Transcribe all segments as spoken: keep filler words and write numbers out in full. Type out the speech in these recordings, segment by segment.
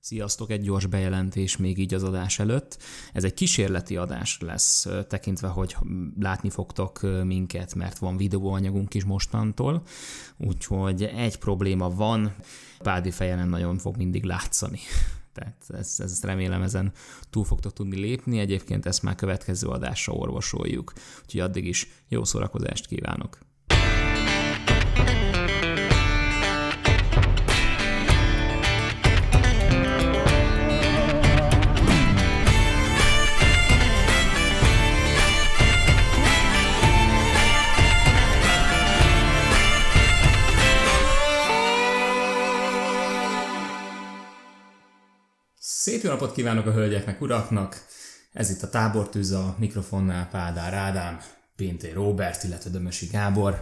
Sziasztok, egy gyors bejelentés még így az adás előtt. Ez egy kísérleti adás lesz, tekintve, hogy látni fogtok minket, mert van videóanyagunk is mostantól. Úgyhogy egy probléma van, Pádi feje nem nagyon fog mindig látszani. Tehát ezt, ezt remélem ezen túl fogtok tudni lépni, egyébként ezt már következő adásra orvosoljuk. Úgyhogy addig is jó szórakozást kívánok! Szép jó napot kívánok a hölgyeknek, uraknak! Ez itt a Tábortűz, a mikrofonnál Pádár Ádám, Pintér Róbert, illetve Dömösi Gábor.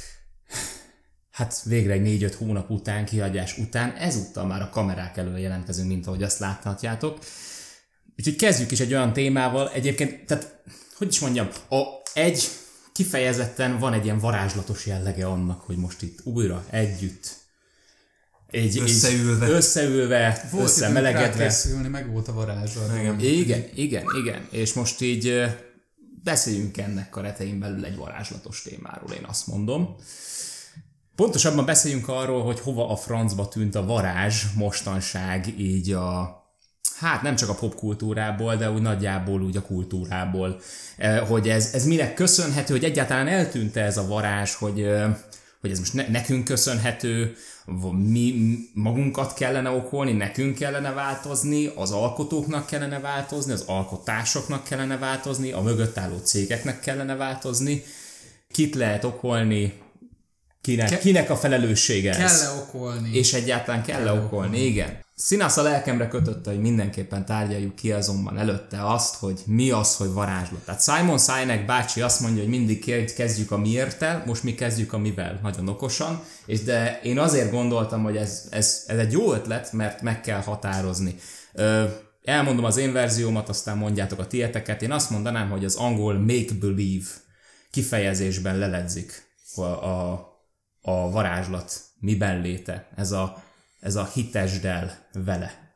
Hát végre egy négy-öt hónap után, kihagyás után, ezúttal már a kamerák elől jelentkezünk, mint ahogy azt láthatjátok. Úgyhogy kezdjük is egy olyan témával, egyébként, tehát, hogy is mondjam, a, egy kifejezetten van egy ilyen varázslatos jellege annak, hogy most itt újra együtt Egy, összeülve, így, összeülve összemelegedve. Készülni, meg volt a varázslat. Igen, igen, igen, igen. És most így beszéljünk ennek keretein belül egy varázslatos témáról, én azt mondom. Pontosabban beszéljünk arról, hogy hova a francba tűnt a varázs mostanság így a, hát nem csak a popkultúrából, de úgy nagyjából úgy a kultúrából. Hogy ez, ez minek köszönhető, hogy egyáltalán eltűnt ez a varázs, hogy, hogy ez most ne, nekünk köszönhető, mi magunkat kellene okolni, nekünk kellene változni, az alkotóknak kellene változni, az alkotásoknak kellene változni, a mögött álló cégeknek kellene változni. Kit lehet okolni, kinek, Ke- kinek a felelőssége ez? Kell-e okolni? És egyáltalán kell-e kell okolni, okolni, igen. Színász a lelkemre kötötte, hogy mindenképpen tárgyaljuk ki azonban előtte azt, hogy mi az, hogy varázslat. Tehát Simon Sinek bácsi azt mondja, hogy mindig kezdjük a miérttel, most mi kezdjük a mivel, nagyon okosan, és de én azért gondoltam, hogy ez, ez, ez egy jó ötlet, mert meg kell határozni. Ö, elmondom az én verziómat, aztán mondjátok a tieteket. Én azt mondanám, hogy az angol make-believe kifejezésben leledzik a, a, a varázslat miben léte. Ez a Ez a hitesd el vele.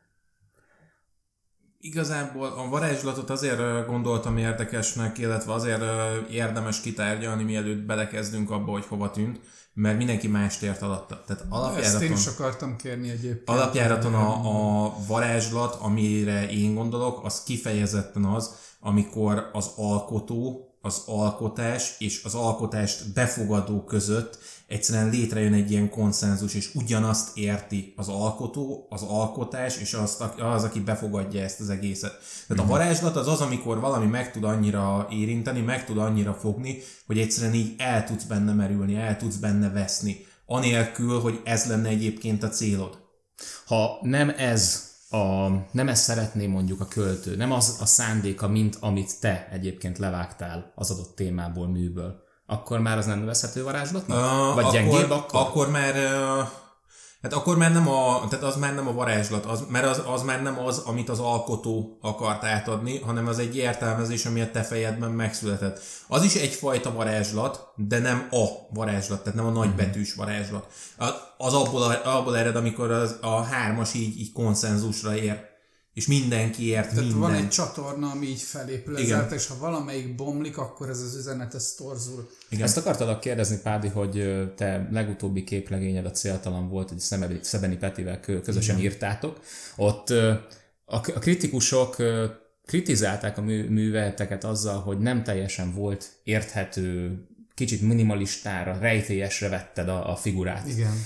Igazából a varázslatot azért gondoltam érdekesnek, illetve azért érdemes kitárgyalni, mielőtt belekezdünk abba, hogy hova tűnt, mert mindenki mást ért alatta. Tehát alapjáraton, ezt én is akartam kérni egyébként. Alapjáraton a, a varázslat, amire én gondolok, az kifejezetten az, amikor az alkotó, az alkotás és az alkotást befogadó között egyszerűen létrejön egy ilyen konszenzus, és ugyanazt érti az alkotó, az alkotás, és az, az aki befogadja ezt az egészet. Tehát mm-hmm. a varázslat az az, amikor valami meg tud annyira érinteni, meg tud annyira fogni, hogy egyszerűen így el tudsz benne merülni, el tudsz benne veszni, anélkül, hogy ez lenne egyébként a célod. Ha nem ez A, nem ezt szeretné mondjuk a költő, nem az a szándéka, mint amit te egyébként levágtál az adott témából, műből, akkor már az nem nevezhető varázslatnak? Uh, Vagy gyengébb akkor? Akkor már, uh, hát akkor már nem a, tehát az már nem a varázslat, az, mert az, az már nem az, amit az alkotó akart átadni, hanem az egy értelmezés, ami a te fejedben megszületett. Az is egyfajta varázslat, de nem a varázslat, tehát nem a nagybetűs varázslat. Az abból, abból ered, amikor az, a hármas így, így konszenzusra ér, és mindenki ért tehát minden. Van egy csatorna, ami így felépül ezáltal, és ha valamelyik bomlik, akkor ez az üzenet, ez torzul. Igen. Ezt akartalak kérdezni, Pádi, hogy te legutóbbi képregényed, a Céltalan volt, hogy Szebeni Petivel közösen igen. írtátok. Ott a kritikusok kritizálták a műveleteket azzal, hogy nem teljesen volt érthető, kicsit minimalistára, rejtélyesre vetted a, a figurát. Igen.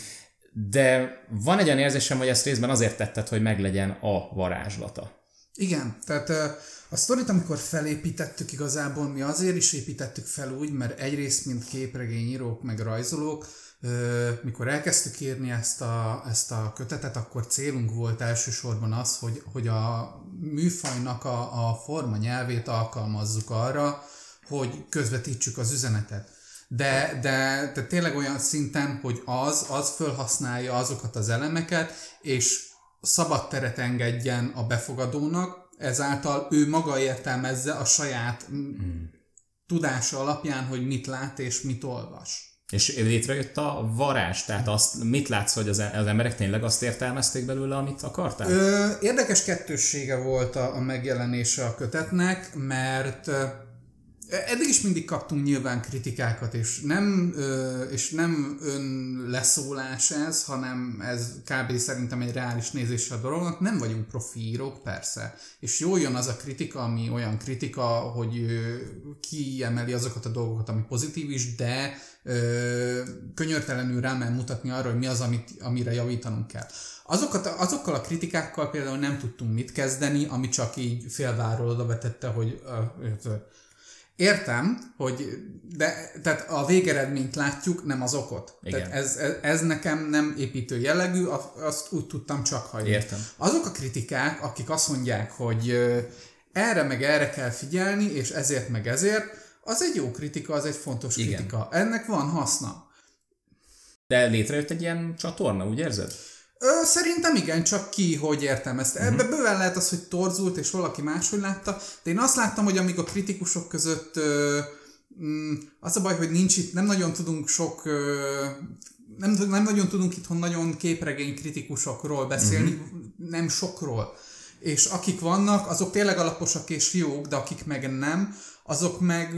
De van egy olyan érzésem, hogy ezt részben azért tetted, hogy meglegyen a varázslata. Igen, tehát a sztorit, amikor felépítettük igazából, mi azért is építettük fel úgy, mert egyrészt, mint képregényírók, meg rajzolók, mikor elkezdtük írni ezt a, ezt a kötetet, akkor célunk volt elsősorban az, hogy, hogy a műfajnak a, a forma nyelvét alkalmazzuk arra, hogy közvetítsük az üzenetet. De, de, de tényleg olyan szinten, hogy az, az felhasználja azokat az elemeket, és szabad teret engedjen a befogadónak, ezáltal ő maga értelmezze a saját mm. tudása alapján, hogy mit lát és mit olvas. És létrejött a varázs, tehát azt, mit látsz, hogy az, az emberek tényleg azt értelmezték belőle, amit akartál? Ö, érdekes kettőssége volt a, a megjelenése a kötetnek, mert ö, eddig is mindig kaptunk nyilván kritikákat, és nem, ö, és nem önleszólás ez, hanem ez kb. Szerintem egy reális nézése a dolognak. Nem vagyunk profi írók, persze. És jól jön az a kritika, ami olyan kritika, hogy ö, kiemeli azokat a dolgokat, ami pozitív is, de ö, könyörtelenül rámel mutatni arra, hogy mi az, amit, amire javítanunk kell. Azokat, azokkal a kritikákkal például nem tudtunk mit kezdeni, ami csak így félváról oda vetette, hogy ö, ö, értem, hogy de, tehát a végeredményt látjuk, nem az okot. Igen. Tehát ez, ez, ez nekem nem építő jellegű, azt úgy tudtam csak hagyni. Értem. Azok a kritikák, akik azt mondják, hogy ö, erre meg erre kell figyelni, és ezért meg ezért, az egy jó kritika, az egy fontos Igen. kritika. Ennek van haszna. De létrejött egy ilyen csatorna, úgy érzed? Ö, szerintem igen, csak ki, hogy értelmezte. Uh-huh. Ebbe bőven lehet az, hogy torzult, és valaki máshogy látta, de én azt láttam, hogy amíg a kritikusok között ö, mm, az a baj, hogy nincs itt, nem nagyon tudunk sok, ö, nem, nem nagyon tudunk itthon nagyon képregény kritikusokról beszélni, uh-huh. nem sokról. És akik vannak, azok tényleg alaposak és jók, de akik meg nem, azok meg,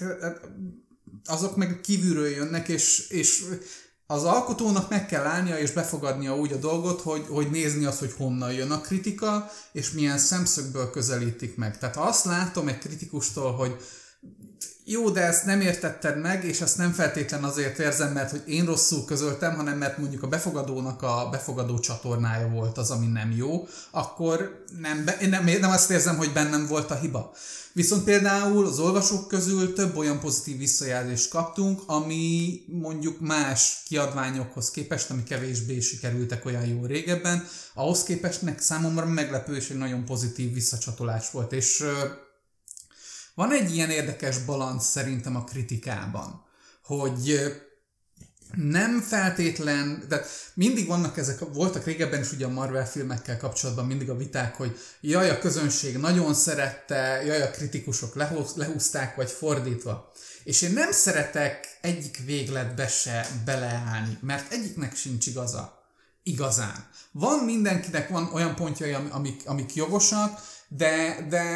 azok meg kívülről jönnek, és, és az alkotónak meg kell állnia és befogadnia úgy a dolgot, hogy, hogy nézni azt, hogy honnan jön a kritika, és milyen szemszögből közelítik meg. Tehát ha azt látom egy kritikustól, hogy jó, de ezt nem értetted meg, és ezt nem feltétlen azért érzem, mert hogy én rosszul közöltem, hanem mert mondjuk a befogadónak a befogadó csatornája volt az, ami nem jó, akkor nem, én nem, nem azt érzem, hogy bennem volt a hiba. Viszont például az olvasók közül több olyan pozitív visszajelzést kaptunk, ami mondjuk más kiadványokhoz képest, ami kevésbé sikerültek olyan jó régebben, ahhoz képest nek számomra meglepő és egy nagyon pozitív visszacsatolás volt. És uh, van egy ilyen érdekes balansz szerintem a kritikában, hogy uh, nem feltétlen, de mindig vannak ezek, voltak régebben is ugye a Marvel filmekkel kapcsolatban mindig a viták, hogy jaj, a közönség nagyon szerette, jaj, a kritikusok lehúzták, vagy fordítva. És én nem szeretek egyik végletbe se beleállni, mert egyiknek sincs igaza. Igazán. Van mindenkinek van olyan pontjai, amik, amik jogosak, de, de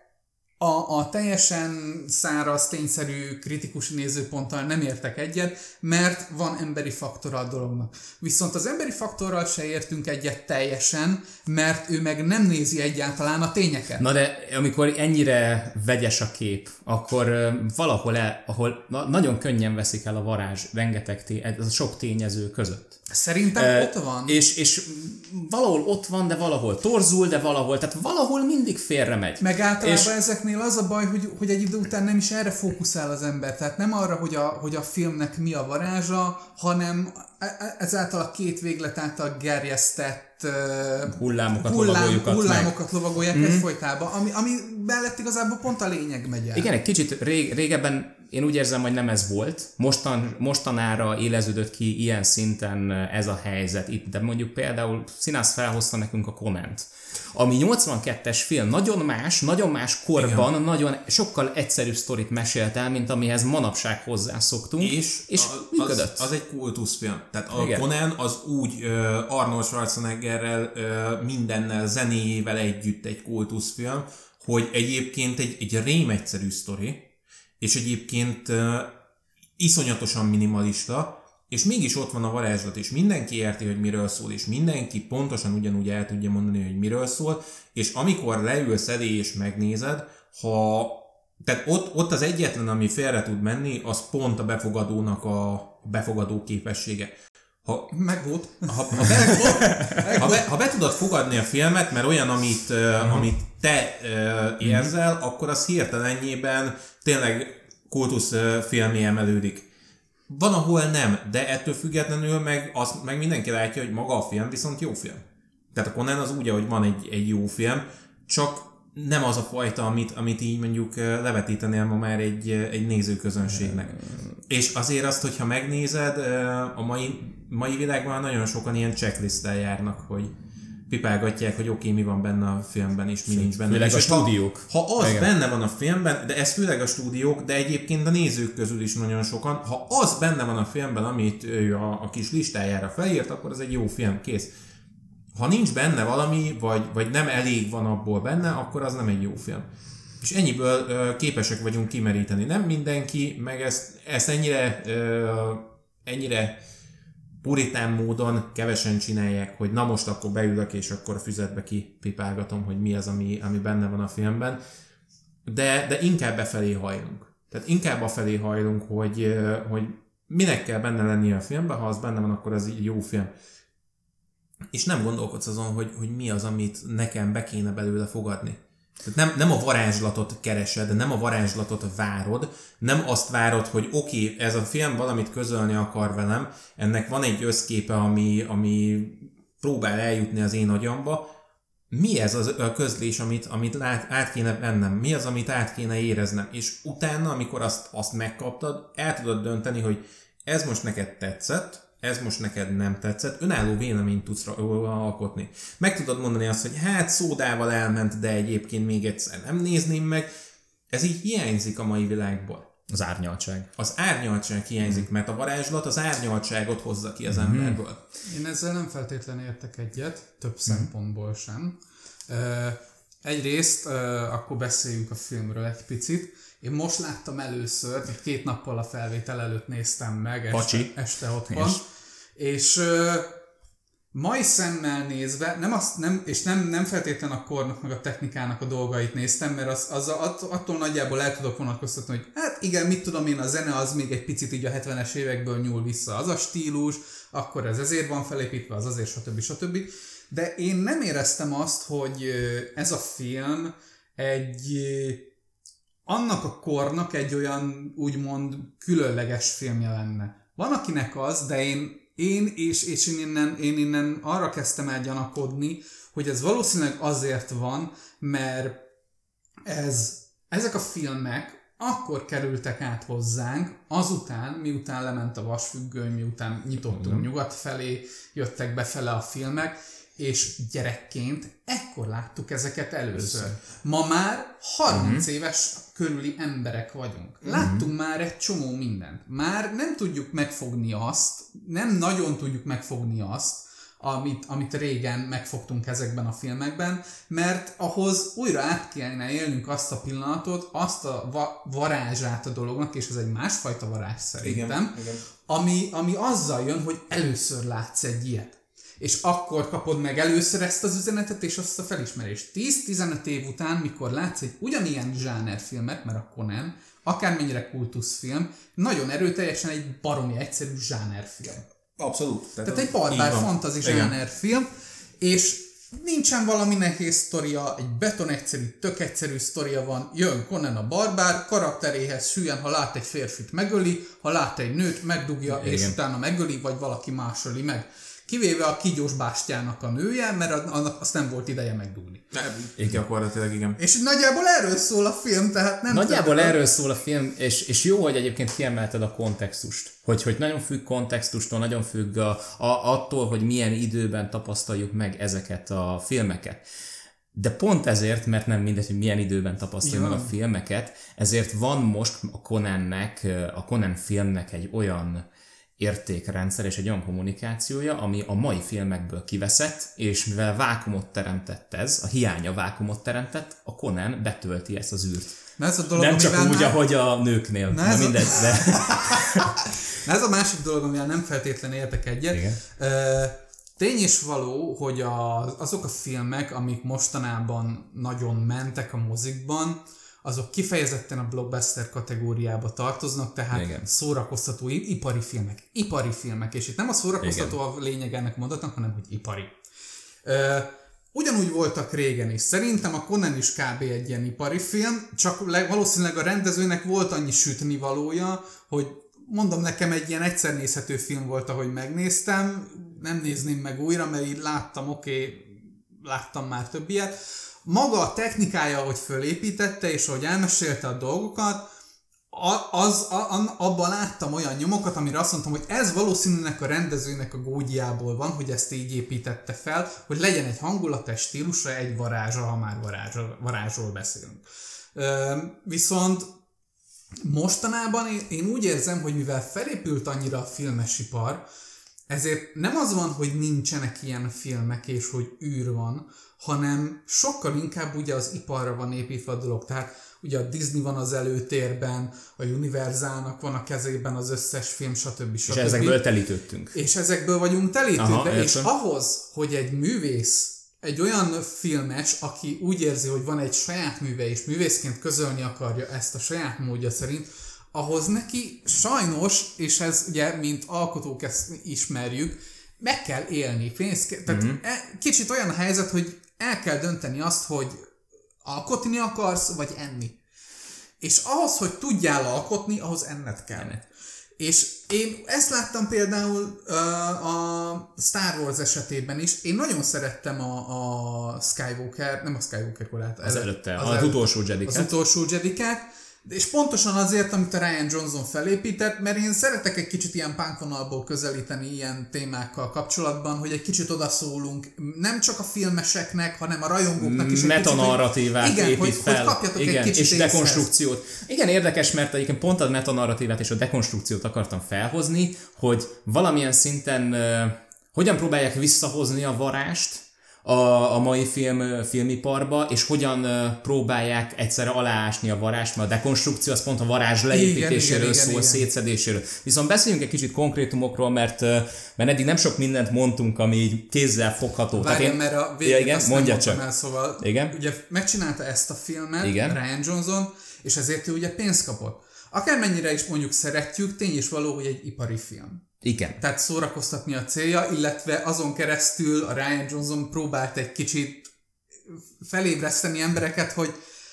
A, a teljesen száraz, tényszerű, kritikus nézőponttal nem értek egyet, mert van emberi faktora a dolognak. Viszont az emberi faktorral se értünk egyet teljesen, mert ő meg nem nézi egyáltalán a tényeket. Na de amikor ennyire vegyes a kép, akkor valahol el, ahol nagyon könnyen veszik el a varázs rengeteg tény, ez a sok tényező között. Szerintem e, ott van. És, és valahol ott van, de valahol torzul, de valahol, tehát valahol mindig félre megy. Meg általában és ezeknél az a baj, hogy, hogy egy idő után nem is erre fókuszál az ember. Tehát nem arra, hogy a, hogy a filmnek mi a varázsa, hanem ezáltal a két véglet által gerjesztett uh, hullámokat, hullám, lovagoljuk hullámokat lovagolják mm-hmm. egyfolytában, ami, ami mellett igazából pont a lényeg megy el. Igen, egy kicsit rég, régebben én úgy érzem, hogy nem ez volt. Mostan, mostanára éleződött ki ilyen szinten ez a helyzet itt, de mondjuk például Színász felhozta nekünk a Conant, ami nyolcvankettes film, nagyon más, nagyon más korban, igen. nagyon sokkal egyszerűbb sztorit mesélt el, mint amihez manapság hozzászoktunk, és, és a, az, az egy kultuszfilm. Tehát a igen. Conan az úgy uh, Arnold Schwarzeneggerrel, uh, mindennel, zenéjével együtt egy kultuszfilm, hogy egyébként egy, egy rém egyszerű sztori, és egyébként uh, iszonyatosan minimalista, és mégis ott van a varázslat, és mindenki érti, hogy miről szól, és mindenki pontosan ugyanúgy el tudja mondani, hogy miről szól, és amikor leülsz elé és megnézed, ha tehát ott, ott az egyetlen, ami félre tud menni, az pont a befogadónak a befogadó képessége. Ha, Megvolt. Ha, ha, be, ha, be, ha be tudod fogadni a filmet, mert olyan, amit, uh, amit te uh, érzel, uh-huh. akkor az hirtelenjében tényleg kultuszfilmé emelődik. Van, ahol nem, de ettől függetlenül meg, az, meg mindenki látja, hogy maga a film viszont jó film. Tehát a Conan az úgy, hogy van egy, egy jó film, csak nem az a fajta, amit, amit így mondjuk levetítenél ma már egy, egy nézőközönségnek. És azért azt, hogyha megnézed, a mai, mai világban nagyon sokan ilyen checklisttel járnak, hogy pipálgatják, hogy oké, okay, mi van benne a filmben, és mi nincs benne. Főleg a stúdiók. Ha, ha az igen. benne van a filmben, de ez főleg a stúdiók, de egyébként a nézők közül is nagyon sokan, ha az benne van a filmben, amit ő a, a kis listájára felírt, akkor az egy jó film, kész. Ha nincs benne valami, vagy, vagy nem elég van abból benne, akkor az nem egy jó film. És ennyiből ö, képesek vagyunk kimeríteni. Nem mindenki, meg ezt, ezt ennyire, ö, ennyire puritán módon kevesen csinálják, hogy na most akkor beülök, és akkor a füzetbe kipipálgatom, hogy mi az, ami, ami benne van a filmben. De, de inkább befelé hajlunk. Tehát inkább afelé hajlunk, hogy, hogy minek kell benne lennie a filmben, ha az benne van, akkor az egy jó film. És nem gondolkodsz azon, hogy, hogy mi az, amit nekem be kéne belőle fogadni. Tehát nem, nem a varázslatot keresed, nem a varázslatot várod, nem azt várod, hogy oké, okay, ez a film valamit közölni akar velem, ennek van egy összképe, ami, ami próbál eljutni az én agyamba. Mi ez az a közlés, amit, amit lát, át kéne vennem? Mi az, amit át kéne éreznem? És utána, amikor azt, azt megkaptad, el tudod dönteni, hogy ez most neked tetszett, ez most neked nem tetszett, önálló véleményt tudsz alkotni. Meg tudod mondani azt, hogy hát szódával elment, de egyébként még egyszer nem nézném meg. Ez így hiányzik a mai világból. Az árnyaltság. Az árnyaltság hiányzik, mert a varázslat az árnyaltságot hozza ki az mm-hmm. emberből. Én ezzel nem feltétlenül értek egyet, több mm. szempontból sem. Egyrészt akkor beszéljünk a filmről egy picit. Én most láttam először, két nappal a felvétel előtt néztem meg este, este otthon, és uh, mai szemmel nézve, nem azt, nem, és nem, nem feltétlenül a kornak meg a technikának a dolgait néztem, mert az, az att, attól nagyjából el tudok vonatkoztatni, hogy hát igen, mit tudom én, a zene az még egy picit így a hetvenes évekből nyúl vissza, az a stílus, akkor ez ezért van felépítve, az azért, stb. stb. De én nem éreztem azt, hogy ez a film egy... annak a kornak egy olyan úgymond különleges filmje lenne. Van akinek az, de én, én és, és én, innen, én innen arra kezdtem el gyanakodni, hogy ez valószínűleg azért van, mert ez, ezek a filmek akkor kerültek át hozzánk, azután, miután lement a vasfüggöny, miután nyitottunk nyugat felé, jöttek befele a filmek, és gyerekként ekkor láttuk ezeket először. Ma már harminc uh-huh. éves körüli emberek vagyunk. Láttunk uh-huh. már egy csomó mindent. Már nem tudjuk megfogni azt, nem nagyon tudjuk megfogni azt, amit, amit régen megfogtunk ezekben a filmekben, mert ahhoz újra át kellene élnünk azt a pillanatot, azt a va- varázsát a dolognak, és ez egy másfajta varázs szerintem, igen, igen. Ami, ami azzal jön, hogy először látsz egy ilyet. És akkor kapod meg először ezt az üzenetet és azt a felismerést. tíz-tizenöt év után, mikor látsz egy ugyanilyen zsánerfilmet, mert akkor nem, akármennyire kultuszfilm, nagyon erőteljesen egy baromi egyszerű zsánerfilm. Abszolút. Tehát, Tehát egy barbár fantasy zsánerfilm, és nincsen valami nehéz sztoria, egy beton egyszerű, tök egyszerű sztoria van, jön Conan a barbár, karakteréhez süllyed, ha lát egy férfit megöli, ha lát egy nőt megdugja, igen. és utána megöli, vagy valaki más öli meg. Kivéve a kígyós bástyának a nője, mert annak azt nem volt ideje megdugni. Igen, gyakorlatilag igen. És nagyjából erről szól a film, tehát nem... Nagyjából tudom. Erről szól a film, és, és jó, hogy egyébként kiemelted a kontextust. Hogy, hogy nagyon függ kontextustól, nagyon függ a, a, attól, hogy milyen időben tapasztaljuk meg ezeket a filmeket. De pont ezért, mert nem mindegy, hogy milyen időben tapasztaljuk meg a filmeket, ezért van most a Conannek, a Conan filmnek egy olyan értékrendszer és egy olyan kommunikációja, ami a mai filmekből kiveszett, és mivel vákumot teremtett ez, a hiánya vákumot teremtett, a Conan betölti ezt az űrt. Ez a dolog, nem csak úgy, már... ahogy a nőknél. Na, Na mindegy, a... de... Na ez a másik dolog, amivel nem feltétlenül értek egyet. Igen. Tény és való, hogy a, azok a filmek, amik mostanában nagyon mentek a mozikban, azok kifejezetten a blockbuster kategóriába tartoznak, tehát igen. szórakoztató ipari filmek. Ipari filmek, és itt nem a szórakoztató igen. a lényeg ennek mondatnak, hanem hogy ipari. Ö, ugyanúgy voltak régen is. Szerintem a Conan is kb. Egy ilyen ipari film, csak le, valószínűleg a rendezőnek volt annyi sütnivalója, hogy mondom, nekem egy ilyen egyszer nézhető film volt, ahogy megnéztem, nem nézném meg újra, mert így láttam, oké, okay, láttam már több ilyet. Maga a technikája, ahogy fölépítette, és ahogy elmesélte a dolgokat, az, a, abban láttam olyan nyomokat, amire azt mondtam, hogy ez valószínűleg a rendezőnek a gógyjából van, hogy ezt így építette fel, hogy legyen egy hangulata, egy stílusa, egy varázsa, ha már varázsról, varázsról beszélünk. Viszont mostanában én, én úgy érzem, hogy mivel felépült annyira a filmesipar, ezért nem az van, hogy nincsenek ilyen filmek, és hogy űr van, hanem sokkal inkább ugye az iparra van építve a dolog. Tehát ugye a Disney van az előtérben, a Universalnak van a kezében az összes film, stb. És ezekből telítődtünk. És ezekből vagyunk telítődve, Aha, és ahhoz, hogy egy művész, egy olyan filmes, aki úgy érzi, hogy van egy saját műve, és művészként közölni akarja ezt a saját módja szerint, ahhoz neki sajnos, és ez ugye, mint alkotók ezt ismerjük, meg kell élni. Pénzt, tehát mm-hmm. kicsit olyan a helyzet, hogy el kell dönteni azt, hogy alkotni akarsz, vagy enni. És ahhoz, hogy tudjál alkotni, ahhoz enned kell. Ennek. És én ezt láttam például uh, a Star Wars esetében is. Én nagyon szerettem a, a Skywalker, nem a Skywalker korát. Az előtte, az, az utolsó Jediket. Az utolsó Jediket. És pontosan azért, amit a Rian Johnson felépített, mert én szeretek egy kicsit ilyen punkvonalból közelíteni ilyen témákkal kapcsolatban, hogy egy kicsit odaszólunk, nem csak a filmeseknek, hanem a rajongóknak is. Metanarratívát igen, épít hogy, fel. Hogy kapjatok igen, egy kicsit és észhez. Dekonstrukciót. Igen, érdekes, mert egyébként pont a metanarratívát és a dekonstrukciót akartam felhozni, hogy valamilyen szinten uh, hogyan próbálják visszahozni a varást A, a mai film, filmiparba, és hogyan uh, próbálják egyszerre aláásni a varást, mert a dekonstrukció az pont a varázs leépítéséről igen, szól, igen, szétszedéséről. Viszont beszéljünk egy kicsit konkrétumokról, mert, uh, mert eddig nem sok mindent mondtunk, ami így kézzel fogható. Várjam, mert a végét ja, igen, azt mondja nem csak. El, szóval igen? ugye megcsinálta ezt a filmet, igen? Rian Johnson, és ezért ő ugye pénzt kapott. Akármennyire is mondjuk szeretjük, tény is való, hogy egy ipari film. Igen. Tehát szórakoztatni a célja, illetve azon keresztül a Rian Johnson próbált egy kicsit felébreszteni embereket, hogy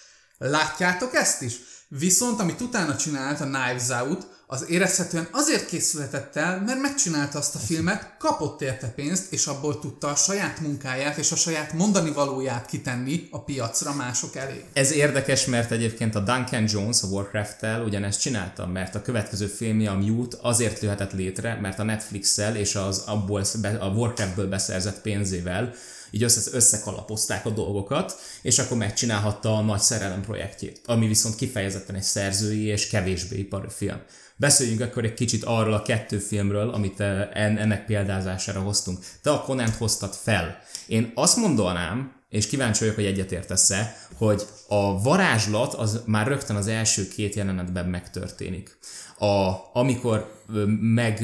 látjátok ezt is? Viszont amit utána csinált, a Knives Out, az érezhetően azért készülhetett el, mert megcsinálta azt a filmet, kapott érte pénzt, és abból tudta a saját munkáját és a saját mondani valóját kitenni a piacra mások elé. Ez érdekes, mert egyébként a Duncan Jones a Warcraft-tel ugyanezt csinálta, mert a következő filmje, a Mute, azért lőhetett létre, mert a Netflix-szel és az abból a Warcraft-ből beszerzett pénzével így össze, összekalapozták a dolgokat, és akkor megcsinálhatta a Nagy Szerelem projektjét, ami viszont kifejezetten egy szerzői és kevésbé ipari film. Beszéljünk akkor egy kicsit arról a kettő filmről, amit ennek példázására hoztunk. Te a Conant hoztad fel. Én azt mondanám, és kíváncsi vagyok, hogy egyetértesz-e, hogy a varázslat az már rögtön az első két jelenetben megtörténik. A, amikor meg,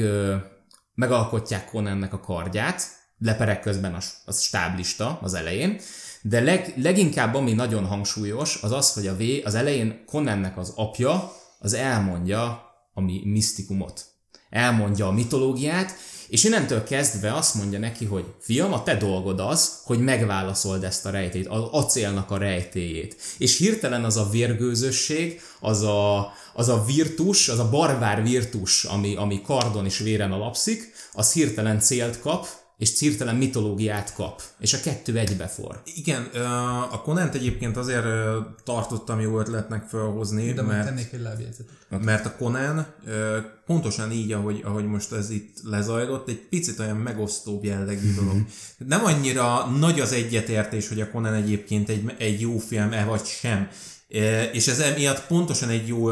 megalkotják Conannek a kardját, leperek közben a, a stáblista az elején, de leg, leginkább ami nagyon hangsúlyos, az az, hogy a V az elején Conannek az apja az elmondja a misztikumot. Elmondja a mitológiát, és innentől kezdve azt mondja neki, hogy fiam, a te dolgod az, hogy megválaszold ezt a rejtélyt, az acélnak a rejtélyét. És hirtelen az a vérgőzösség, az a, az a virtus, az a barbár virtus, ami, ami kardon és véren alapszik, az hirtelen célt kap, és hirtelen mitológiát kap, és a kettő egybefor. Igen, a Conant egyébként azért tartottam jó ötletnek felhozni, de mert, tennék egy lábjegyzetet. Mert a Conan pontosan így, ahogy, ahogy most ez itt lezajlott, egy picit olyan megosztóbb jellegű dolog. Nem annyira nagy az egyetértés, hogy a Conan egyébként egy, egy jó film-e vagy sem. És ez emiatt pontosan egy jó,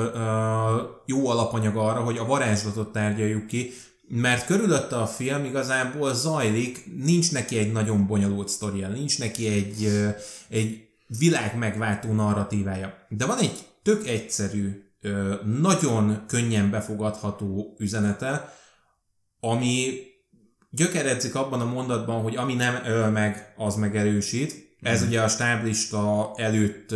jó alapanyag arra, hogy a varázslatot tárgyaljuk ki, mert körülötte a film igazából zajlik, nincs neki egy nagyon bonyolult sztoria, nincs neki egy, egy világ megváltó narratívája. De van egy tök egyszerű, nagyon könnyen befogadható üzenete, ami gyökeredzik abban a mondatban, hogy ami nem öl meg, az megerősít. Ez mm. ugye a stáblista előtt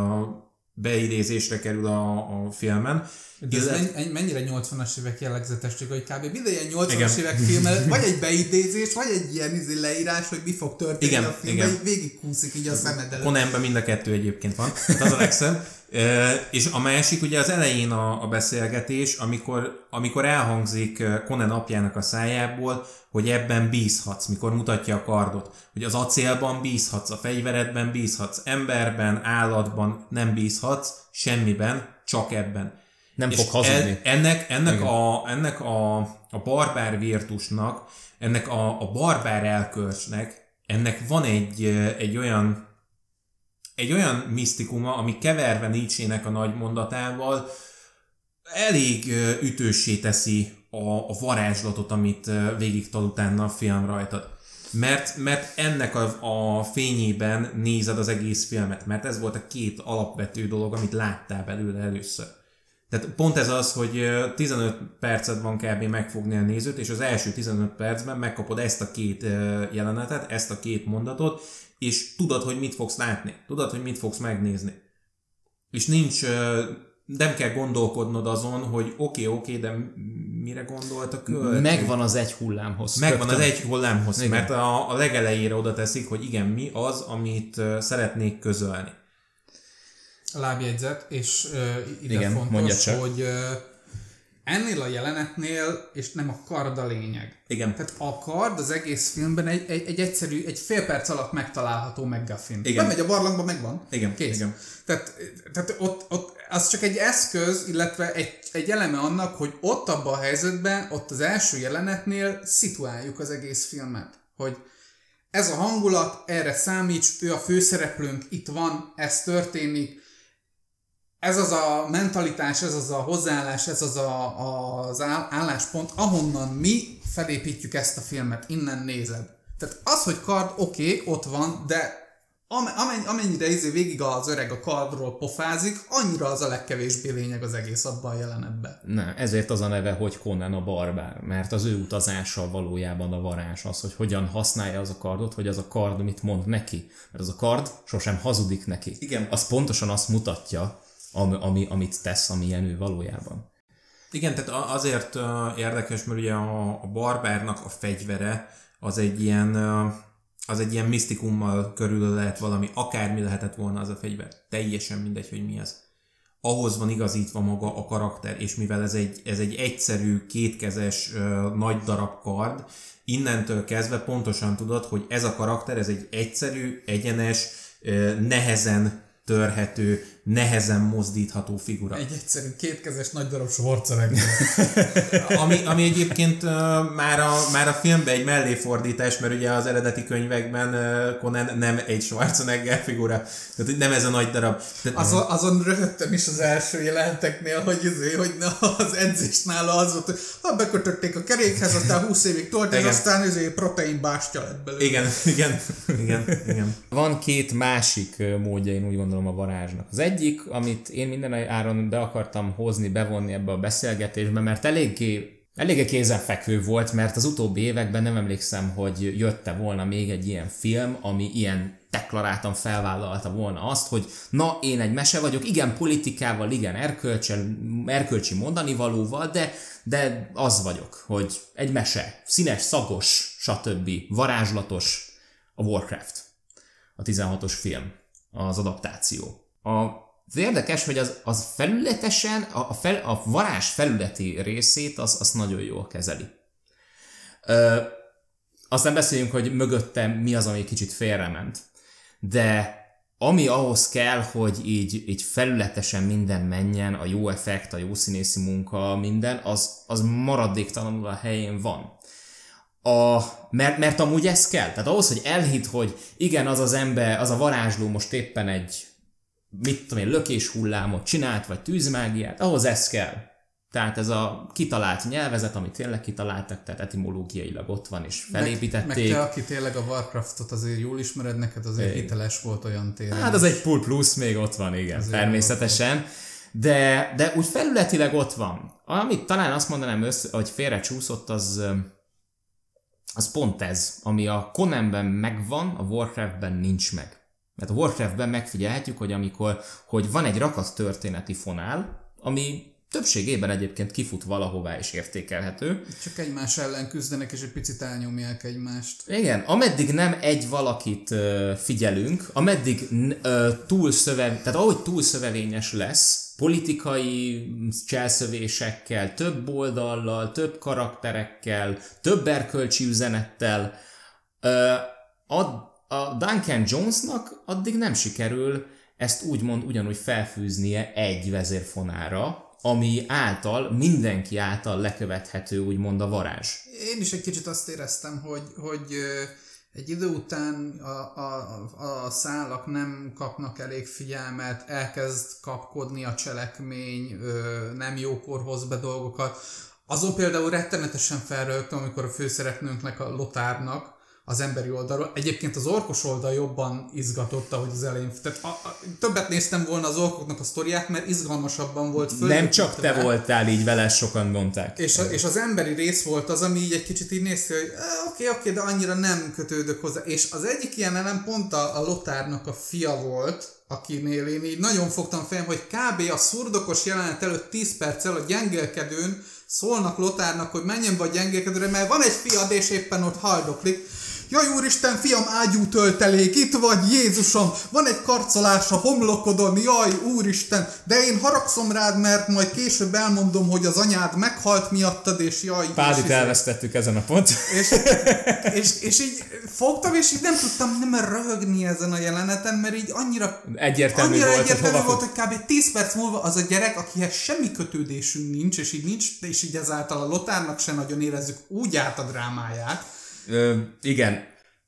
beidézésre kerül a, a filmen. De ez Illet... mennyire nyolcvanas évek jellegzetesség, hogy kb. Minden ilyen nyolcvanas évek filmmel vagy egy beidézés, vagy egy ilyen izé leírás, hogy mi fog történni igen, a filmben, így végigkúszik így a szemed előtt. Conanben mind a kettő egyébként van, az a legszebb. E, és a másik ugye az elején a, a beszélgetés, amikor, amikor elhangzik Conan apjának a szájából, hogy ebben bízhatsz, mikor mutatja a kardot, hogy az acélban bízhatsz, a fegyveredben bízhatsz, emberben, állatban nem bízhatsz, semmiben, csak ebben. Nem fog hazudni. E, ennek, ennek, a, ennek a, a barbár virtusnak, ennek a, a barbár elkölcsnek, ennek van egy, egy olyan egy olyan misztikuma, ami keverve Nietzsének a nagy mondatával elég ütőssé teszi a, a varázslatot, amit végigtol utána a film rajtad. Mert, mert ennek a, a fényében nézed az egész filmet, mert ez volt a két alapvető dolog, amit láttál belőle először. Tehát pont ez az, hogy tizenöt percet van kb. Megfogni a nézőt, és az első tizenöt percben megkapod ezt a két jelenetet, ezt a két mondatot, és tudod, hogy mit fogsz látni. Tudod, hogy mit fogsz megnézni. És nincs, nem kell gondolkodnod azon, hogy oké, okay, oké, okay, de mire gondolt a költő? Megvan az egy hullámhoz. Megvan az egy hullámhoz, igen. Mert a, a legelejére oda teszik, hogy igen, mi az, amit szeretnék közölni. A lábjegyzet, és uh, ide igen, fontos, hogy uh, ennél a jelenetnél, és nem a kard a lényeg. Igen. Tehát a kard az egész filmben egy, egy, egy egyszerű, egy fél perc alatt megtalálható McGuffin. Igen. Bemegy a barlangba, megvan. Igen. Kész. Igen. Tehát, tehát ott, ott az csak egy eszköz, illetve egy, egy eleme annak, hogy ott abban a helyzetben, ott az első jelenetnél szituáljuk az egész filmet. Hogy ez a hangulat, erre számíts, ő a főszereplőnk, itt van, ez történik. Ez az a mentalitás, ez az a hozzáállás, ez az a, a, az álláspont, ahonnan mi felépítjük ezt a filmet, innen nézed. Tehát az, hogy kard, oké, okay, ott van, de amennyire, amennyire izé végig az öreg a kardról pofázik, annyira az a legkevésbé lényeg az egész abban a jelenetben. Ne, ezért az a neve, hogy Conan a barbár, mert az ő utazása valójában a varázs, az, hogy hogyan használja az a kardot, hogy az a kard mit mond neki. Mert az a kard sosem hazudik neki. Igen. Az pontosan azt mutatja, Ami, ami, amit tesz, amilyen ő valójában. Igen, tehát azért érdekes, mert ugye a, a barbárnak a fegyvere az egy ilyen, az egy ilyen misztikummal körül lehet valami, akármi lehetett volna az a fegyver. Teljesen mindegy, hogy mi az. Ahhoz van igazítva maga a karakter, és mivel ez egy, ez egy egyszerű, kétkezes, nagy darab kard, innentől kezdve pontosan tudod, hogy ez a karakter, ez egy egyszerű, egyenes, nehezen törhető, nehezen mozdítható figura. Egy egyszerű kétkezes nagy darab Schwarzenegger. ami, ami egyébként uh, már, a, már a filmben egy melléfordítás, mert ugye az eredeti könyvekben uh, Conan nem egy Schwarzenegger figura, tehát nem ez a nagy darab. Tehát, azon, azon röhögtem is az első jelenteknél, hogy, azért, hogy az edzés nála az volt, hogy ha bekötötték a kerékhez, aztán húsz évig tolt, és aztán azért proteinbástya lett belőle. Igen, igen, igen, igen. Van két másik módja, én úgy gondolom, a varázsnak. Az egyik, amit én minden áron be akartam hozni, bevonni ebbe a beszélgetésbe, mert eléggé, eléggé kézenfekvő volt, mert az utóbbi években nem emlékszem, hogy jötte volna még egy ilyen film, ami ilyen deklaráltan felvállalta volna azt, hogy na, én egy mese vagyok, igen politikával, igen erkölcsel, erkölcsi mondanivalóval, de, de az vagyok, hogy egy mese, színes, szagos, stb. Varázslatos, a Warcraft, a tizenhatos film, az adaptáció. A Az érdekes, hogy az, az felületesen, a, a, fel, a varázs felületi részét az, az nagyon jól kezeli. Ö, aztán beszéljünk, hogy mögöttem mi az, ami kicsit félrement. De ami ahhoz kell, hogy így, így felületesen minden menjen, a jó effekt, a jó színészi munka, minden, az, az maradéktalanul a helyén van. A, mert, mert amúgy ez kell. Tehát ahhoz, hogy elhidd, hogy igen, az az ember, az a varázsló most éppen egy mit tudom én, lökés hullámot csinált, vagy tűzmágiát, ahhoz ez kell. Tehát ez a kitalált nyelvezet, amit tényleg kitaláltak, tehát etimológiailag ott van, és felépítették. Meg, meg te, aki tényleg a Warcraftot azért jól ismered, neked azért hiteles volt olyan téren. Hát az egy pull plusz még ott van, igen, azért természetesen. De, de úgy felületileg ott van. Amit talán azt mondanám, össze, hogy félrecsúszott, az, az pont ez, ami a Conanben megvan, a Warcraftben nincs meg. Mert a Warcraftben megfigyelhetjük, hogy amikor hogy van egy rakat történeti fonál, ami többségében egyébként kifut valahová is értékelhető. Csak egymás ellen küzdenek, és egy picit elnyomják egymást. Igen, ameddig nem egy valakit uh, figyelünk, ameddig uh, túlszöve, tehát ahogy túlszövevényes lesz, politikai cselszövésekkel, több oldallal, több karakterekkel, több erkölcsi üzenettel, uh, ad a Duncan Jonesnak addig nem sikerül ezt úgymond ugyanúgy felfűznie egy vezérfonára, ami által, mindenki által lekövethető úgymond a varázs. Én is egy kicsit azt éreztem, hogy, hogy egy idő után a, a, a szálak nem kapnak elég figyelmet, elkezd kapkodni a cselekmény, nem jókor hoz be dolgokat. Azon például rettenetesen felrögtem, amikor a főszereplőnknek, a Lothárnak az emberi oldalról. Egyébként az orkos oldal jobban izgatott, ahogy az elején. Tehát a, a, többet néztem volna az orkoknak a sztoriát, mert izgalmasabban volt föl. Nem csak te voltál így vele, sokan mondták. És, a, és az emberi rész volt az, ami így egy kicsit így nézte, hogy oké, oké, de annyira nem kötődök hozzá. És az egyik ilyen elem pont a, a Lothárnak a fia volt, akinél én így nagyon fogtam fejem, hogy kb. A szurdokos jelenet előtt tíz perccel a gyengélkedőn szólnak Lothárnak, hogy menjen be a gyengélkedőre, mert van egy fiad, és éppen ott haldoklik. Jaj, úristen, fiam, ágyú töltelék, itt vagy, Jézusom, van egy karcolás a homlokodon, jaj, úristen, de én haragszom rád, mert majd később elmondom, hogy az anyád meghalt miattad, és jaj. Pádit elvesztettük ezen a ponton. És, és, és így fogtam, és így nem tudtam nem röhögni ezen a jeleneten, mert így annyira egyértelmű annyira volt, egyértelmű hogy volt, hogy kb. tíz perc múlva az a gyerek, akihez semmi kötődésünk nincs, és így nincs, és így ezáltal a Lothárnak se nagyon érezzük úgy át a drámáját. Ö, igen,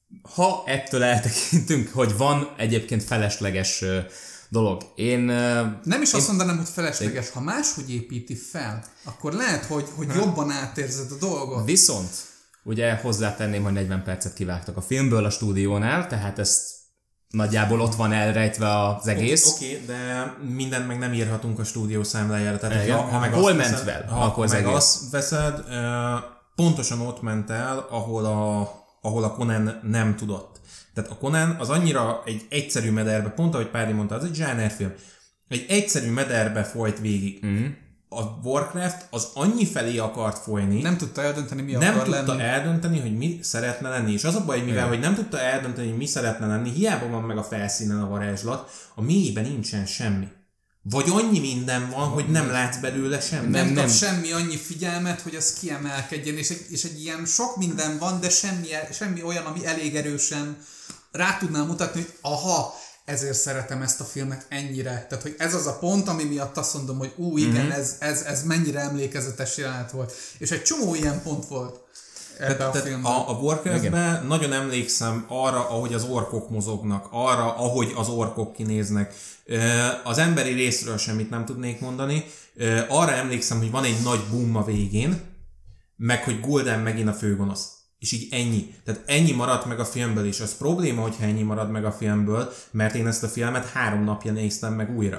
ha ettől eltekintünk, hogy van egyébként felesleges ö, dolog. Én... Ö, nem is én, azt mondanám, hogy felesleges, ha máshogy építi fel, akkor lehet, hogy, hogy jobban átérzed a dolgot. Viszont, ugye hozzátenném, hogy negyven percet kivágtak a filmből a stúdiónál, tehát ezt nagyjából ott van elrejtve az egész. Oké, okay, okay, de mindent meg nem írhatunk a stúdió számlájára. Tehát, ha, ha meg hol ment veszed, fel, ha, akkor az meg egész. azt veszed, pontosan ott ment el, ahol a, ahol a Conan nem tudott. Tehát a Conan az annyira egy egyszerű mederbe, pont ahogy Pádi mondta, az egy zsánerfilm, egy egyszerű mederbe folyt végig. Mm. A Warcraft az annyi felé akart folyni. Nem tudta eldönteni, mi nem akar lenni. Nem tudta eldönteni, hogy mi szeretne lenni. És az a baj, mivel hogy nem tudta eldönteni, hogy mi szeretne lenni, hiába van meg a felszínen a varázslat, a mélyében nincsen semmi. Vagy annyi minden van, hogy nem látsz belőle semmit. Nem, nem kap semmi annyi figyelmet, hogy az kiemelkedjen, és egy, és egy ilyen sok minden van, de semmi, semmi olyan, ami elég erősen rá tudnám mutatni, hogy aha, ezért szeretem ezt a filmet ennyire. Tehát, hogy ez az a pont, ami miatt azt mondom, hogy ú, igen, mm-hmm. ez, ez, ez mennyire emlékezetes jelenet volt. És egy csomó ilyen pont volt ebben a filmben. A, a Warcraftben nagyon emlékszem arra, ahogy az orkok mozognak, arra, ahogy az orkok kinéznek. Az emberi részről semmit nem tudnék mondani. Arra emlékszem, hogy van egy nagy boom a végén, meg hogy Gul'dan megint a főgonosz. És így ennyi. Tehát ennyi maradt meg a filmből, és az probléma, hogyha ennyi marad meg a filmből, mert én ezt a filmet három napja néztem meg újra.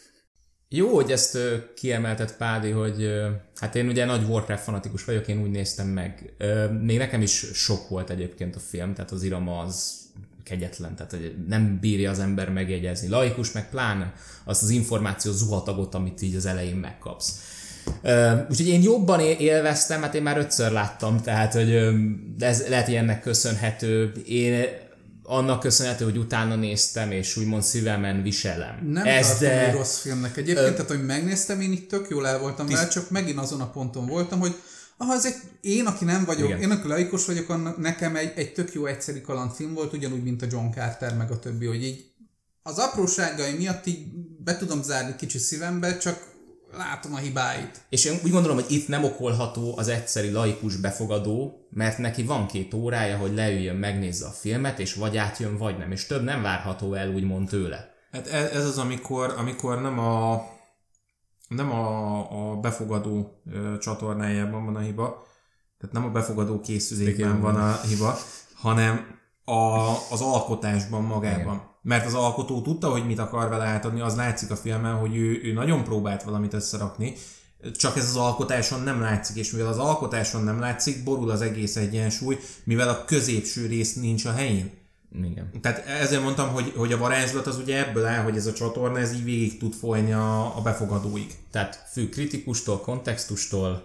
Jó, hogy ezt uh, kiemeltett Pádi, hogy uh, hát én ugye nagy Warcraft fanatikus vagyok, én úgy néztem meg. Uh, még nekem is sok volt egyébként a film, tehát az irama az kegyetlen, tehát hogy nem bírja az ember megjegyezni. Laikus, meg pláne azt az információ zuhatagot, amit így az elején megkapsz. Uh, úgyhogy én jobban élveztem, hát én már ötször láttam, tehát hogy ez lehet, hogy ennek köszönhető. Én annak köszönhető, hogy utána néztem, és úgymond szívemen viselem. Nem ez tartom de... egy rossz filmnek. Egyébként, uh, tehát, hogy megnéztem, én itt tök jól el voltam vele, csak megint azon a ponton voltam, hogy aha, ez egy, én, aki nem vagyok, igen. Én, aki laikus vagyok, annak, nekem egy, egy tök jó egyszerű kalandfilm volt, ugyanúgy, mint a John Carter, meg a többi, hogy így az apróságai miatt így be tudom zárni kicsi szívembe, csak látom a hibáit. És én úgy gondolom, hogy itt nem okolható az egyszerű laikus befogadó, mert neki van két órája, hogy leüljön, megnézze a filmet, és vagy átjön, vagy nem. És több nem várható el, úgymond tőle. Hát ez az, amikor, amikor nem a nem a, a befogadó ö, csatornájában van a hiba, tehát nem a befogadó készülékben van a hiba, hanem a, az alkotásban magában. Igen. Mert az alkotó tudta, hogy mit akar vele átadni, az látszik a filmen, hogy ő, ő nagyon próbált valamit összerakni, csak ez az alkotáson nem látszik, és mivel az alkotáson nem látszik, borul az egész egyensúly, mivel a középső rész nincs a helyén. Igen. Tehát ezért mondtam, hogy, hogy a varázslat az ugye ebből áll, hogy ez a csatorna ez így végig tud folyni a, a befogadóig. Tehát függ kritikustól, kontextustól,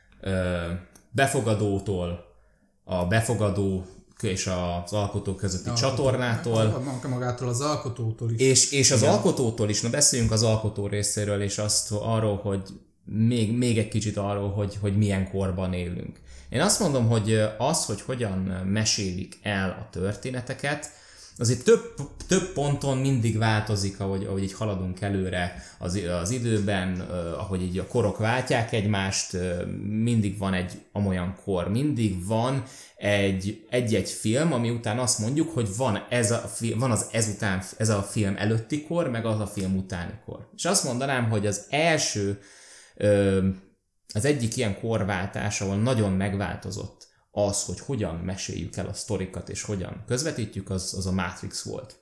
befogadótól, a befogadó és az alkotó közötti alkotó, csatornától. Magától az alkotótól is. És, és az igen. alkotótól is. Na beszéljünk az alkotó részéről, és azt arról, hogy még, még egy kicsit arról, hogy, hogy milyen korban élünk. Én azt mondom, hogy az, hogy hogyan mesélik el a történeteket, azért több, több ponton mindig változik, ahogy, ahogy így haladunk előre az, az időben, ahogy így a korok váltják egymást, mindig van egy amolyan kor, mindig van egy, egy-egy film, ami után azt mondjuk, hogy van, ez a, van az ezután, ez a film előtti kor, meg az a film utáni kor. És azt mondanám, hogy az első, az egyik ilyen korváltás, ahol nagyon megváltozott az, hogy hogyan meséljük el a sztorikat és hogyan közvetítjük, az, az a Matrix volt.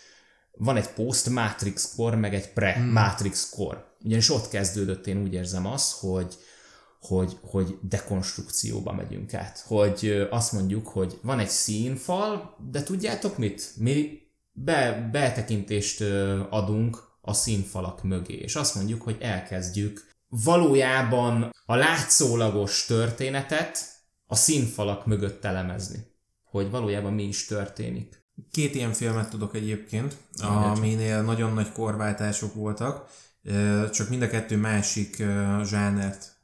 Van egy post-Matrix kor, meg egy pre-Matrix kor. Ugyanis ott kezdődött, én úgy érzem azt, hogy, hogy, hogy dekonstrukcióba megyünk át. Hogy azt mondjuk, hogy van egy színfal, de tudjátok mit? Mi be, betekintést adunk a színfalak mögé, és azt mondjuk, hogy elkezdjük valójában a látszólagos történetet a színfalak mögött elemezni, hogy valójában mi is történik. Két ilyen filmet tudok egyébként, aminél nagyon nagy korváltások voltak, csak mind a kettő másik zsánert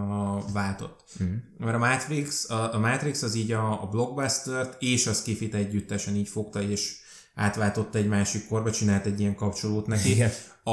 váltott. Mm. Mert a Matrix, a, a Matrix az így a, a blockbustert és a sci-fit együttesen így fogta, és átváltotta egy másik korba, csinált egy ilyen kapcsolót neki. Igen.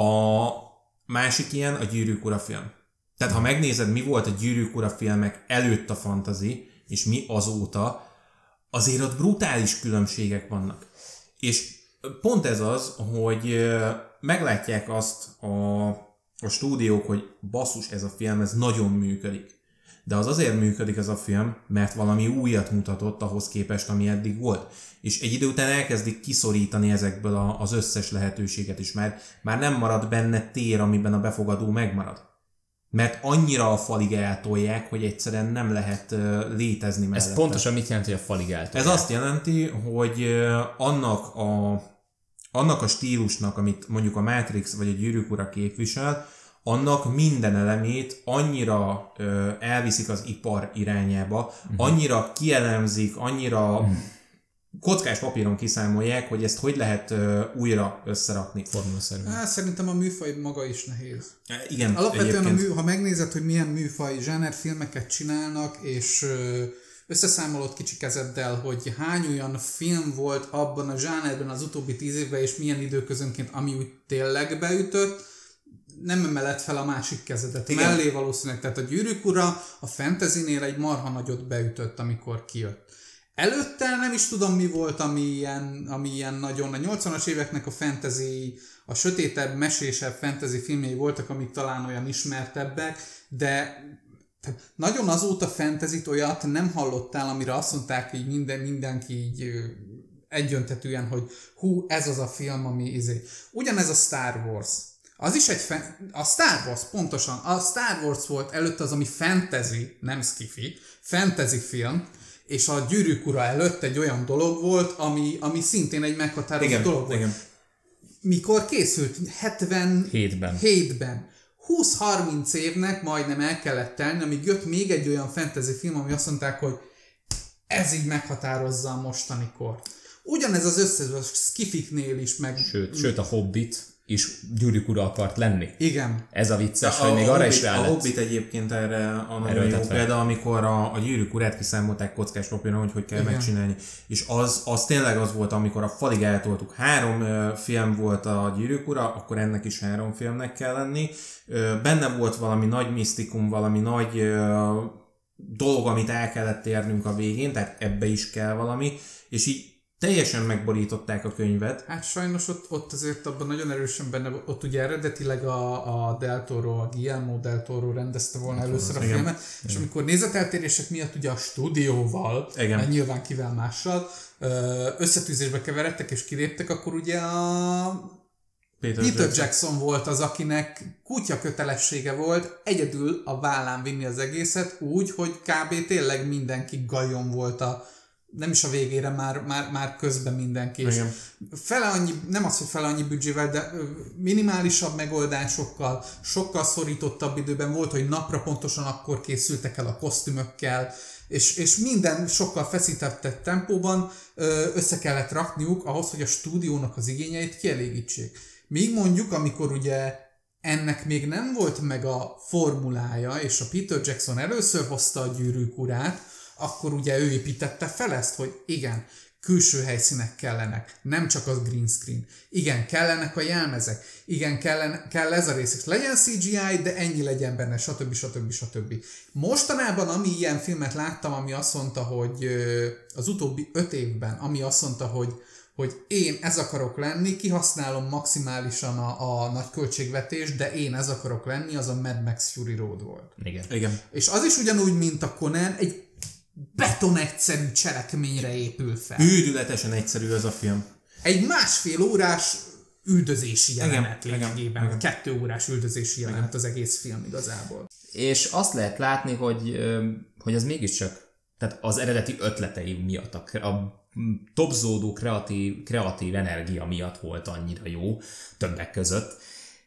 A másik ilyen a Gyűrűk ura film. Tehát ha megnézed, mi volt a Gyűrűk ura filmek előtt a fantasy, és mi azóta, azért ott brutális különbségek vannak. És pont ez az, hogy meglátják azt a, a stúdiók, hogy basszus, ez a film, ez nagyon működik. De az azért működik ez a film, mert valami újat mutatott ahhoz képest, ami eddig volt. És egy idő után elkezdik kiszorítani ezekből a, az összes lehetőséget is, mert már nem marad benne tér, amiben a befogadó megmarad. Mert annyira a falig eltolják, hogy egyszerűen nem lehet létezni mellette. Ez pontosan mit jelenti, hogy a falig eltolják? Ez azt jelenti, hogy annak a, annak a stílusnak, amit mondjuk a Matrix vagy a Gyűrűk ura képvisel, annak minden elemét annyira elviszik az ipar irányába, annyira kielemzik, annyira kockás papíron kiszámolják, hogy ezt hogy lehet uh, újra összerakni. Há, szerintem a műfaj maga is nehéz. E, igen, alapvetően, a mű, ha megnézed, hogy milyen műfaj zsánerfilmeket csinálnak, és uh, összeszámolod kicsi kezeddel, hogy hány olyan film volt abban a zsánerben az utóbbi tíz évben, és milyen időközönként, ami úgy tényleg beütött, nem emeled fel a másik kezedet. Igen. Mellé valószínűleg. Tehát a Gyűrűk ura a fantasynél egy marha nagyot beütött, amikor kijött. Előtte nem is tudom, mi volt, ami ilyen, ami ilyen nagyon... A nyolcvanas éveknek a fantasy, a sötétebb, mesésebb fantasy filmjei voltak, amik talán olyan ismertebbek, de nagyon azóta fantasyt olyat nem hallottál, amire azt mondták, hogy minden, mindenki így egyöntetűen, hogy hú, ez az a film, ami izé. Ugyanez a Star Wars. Az is egy... Fan... A Star Wars, pontosan. A Star Wars volt előtt az, ami fantasy, nem sci-fi, fantasy film, és a Gyűrűk ura előtt egy olyan dolog volt, ami, ami szintén egy meghatározó igen, dolog volt. Igen. Mikor készült? hetvenhétben. hétben. húsz-harminc évnek majdnem el kellett telni, amíg jött még egy olyan fantasy film, ami azt mondták, hogy ez így meghatározza a mostani kort. Ugyanez az összes a skifiknél is meg... Sőt, sőt a Hobbit is Gyűrűk ura akart lenni. Igen. Ez a vicces, a, hogy még a arra Hobbit, is rá A lett. Hobbit egyébként erre a nagyon jó példa, amikor a, a Gyűrűk urát kiszámolták kockás papíron, hogy hogy kell igen. megcsinálni. És az, az tényleg az volt, amikor a falig eltoltuk. Három uh, film volt a Gyűrűk ura, akkor ennek is három filmnek kell lenni. Uh, benne volt valami nagy misztikum, valami nagy uh, dolog, amit el kellett érnünk a végén, tehát ebbe is kell valami. És így teljesen megborították a könyvet. Hát sajnos ott, ott azért abban nagyon erősen benne, ott ugye eredetileg a, a Del Toro, a Guillermo Del Toro rendezte volna hát, először a igen. filmet, és igen. amikor nézeteltérések miatt ugye a stúdióval, mert nyilván kivel mással, összetűzésbe keveredtek és kiléptek, akkor ugye a Peter, Peter Jackson. Jackson volt az, akinek kutya kötelessége volt egyedül a vállán vinni az egészet úgy, hogy kb. Tényleg mindenki gajon volt a nem is a végére, már, már, már közben mindenki. És fele annyi, nem az, hogy fele annyi büdzsével, de minimálisabb megoldásokkal, sokkal szorítottabb időben volt, hogy napra pontosan akkor készültek el a kosztümökkel, és, és minden sokkal feszítettebb tempóban össze kellett rakniuk ahhoz, hogy a stúdiónak az igényeit kielégítsék. Míg mondjuk, amikor ugye ennek még nem volt meg a formulája, és a Peter Jackson először hozta a Gyűrűk urát, akkor ugye ő építette fel ezt, hogy igen, külső helyszínek kellenek, nem csak az green screen. Igen, kellenek a jelmezek, igen, kellene, kell ez a rész, legyen cé gé í, de ennyi legyen benne, stb. stb. stb. Mostanában, ami ilyen filmet láttam, ami azt mondta, hogy az utóbbi öt évben, ami azt mondta, hogy, hogy én ez akarok lenni, kihasználom maximálisan a, a nagy költségvetést, de én ez akarok lenni, az a Mad Max Fury Road volt. Igen. Igen. És az is ugyanúgy, mint a Conan, egy beton egyszerű cselekményre épül fel. Üdületesen egyszerű ez a film. Egy másfél órás üldözési jelenet lényegében. Kettő órás üldözési jelenet igen. Az egész film igazából. És azt lehet látni, hogy, hogy ez mégiscsak tehát az eredeti ötletei miatt, a, a topzódó kreatív, kreatív energia miatt volt annyira jó többek között.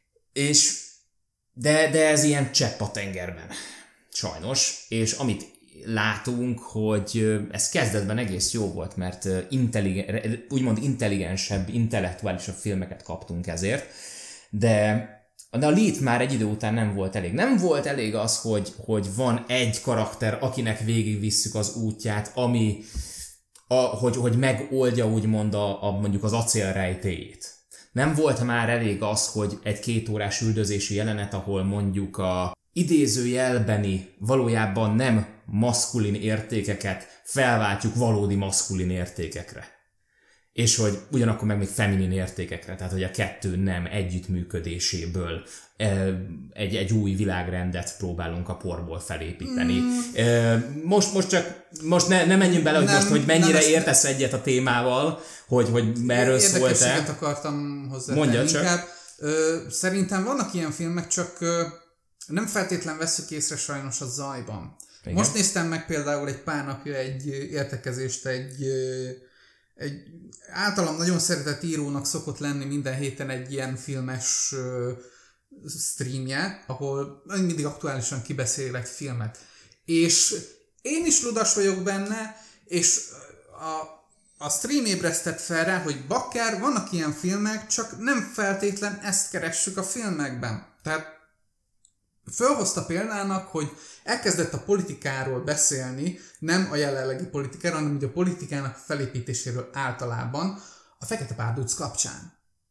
És de, de ez ilyen csepp a tengerben. Sajnos. És amit látunk, hogy ez kezdetben egész jó volt, mert intelligen, úgymond intelligensebb, intellektuálisabb filmeket kaptunk ezért, de, de a lead már egy idő után nem volt elég. Nem volt elég az, hogy, hogy van egy karakter, akinek végigvisszük az útját, ami, a, hogy, hogy megoldja úgymond a, a, mondjuk az acél rejtélyét. Nem volt már elég az, hogy egy két órás üldözési jelenet, ahol mondjuk a idézőjelbeni, valójában nem maszkulin értékeket felváltjuk valódi maszkulin értékekre. És hogy ugyanakkor meg még feminin értékekre, tehát hogy a kettő nem együttműködéséből egy, egy új világrendet próbálunk a porból felépíteni. Mm. Most, most csak, most ne, ne menjünk bele, hogy nem, most, hogy mennyire nem értesz egyet a témával, hogy, hogy erről szól-e. Érdekességet akartam hozzá. Mondja csak. Inkább, ö, szerintem vannak ilyen filmek, csak ö, nem feltétlen veszük észre sajnos a zajban. Igen. Most néztem meg például egy pár napja egy értekezést, egy, egy általam nagyon szeretett írónak szokott lenni minden héten egy ilyen filmes streamje, ahol mindig aktuálisan kibeszél egy filmet. És én is ludas vagyok benne, és a, a stream ébresztett fel rá, hogy bakker, vannak ilyen filmek, csak nem feltétlen ezt keressük a filmekben. Tehát fölhozta példának, hogy elkezdett a politikáról beszélni, nem a jelenlegi politikáról, hanem a politikának felépítéséről általában a Fekete Párduc kapcsán.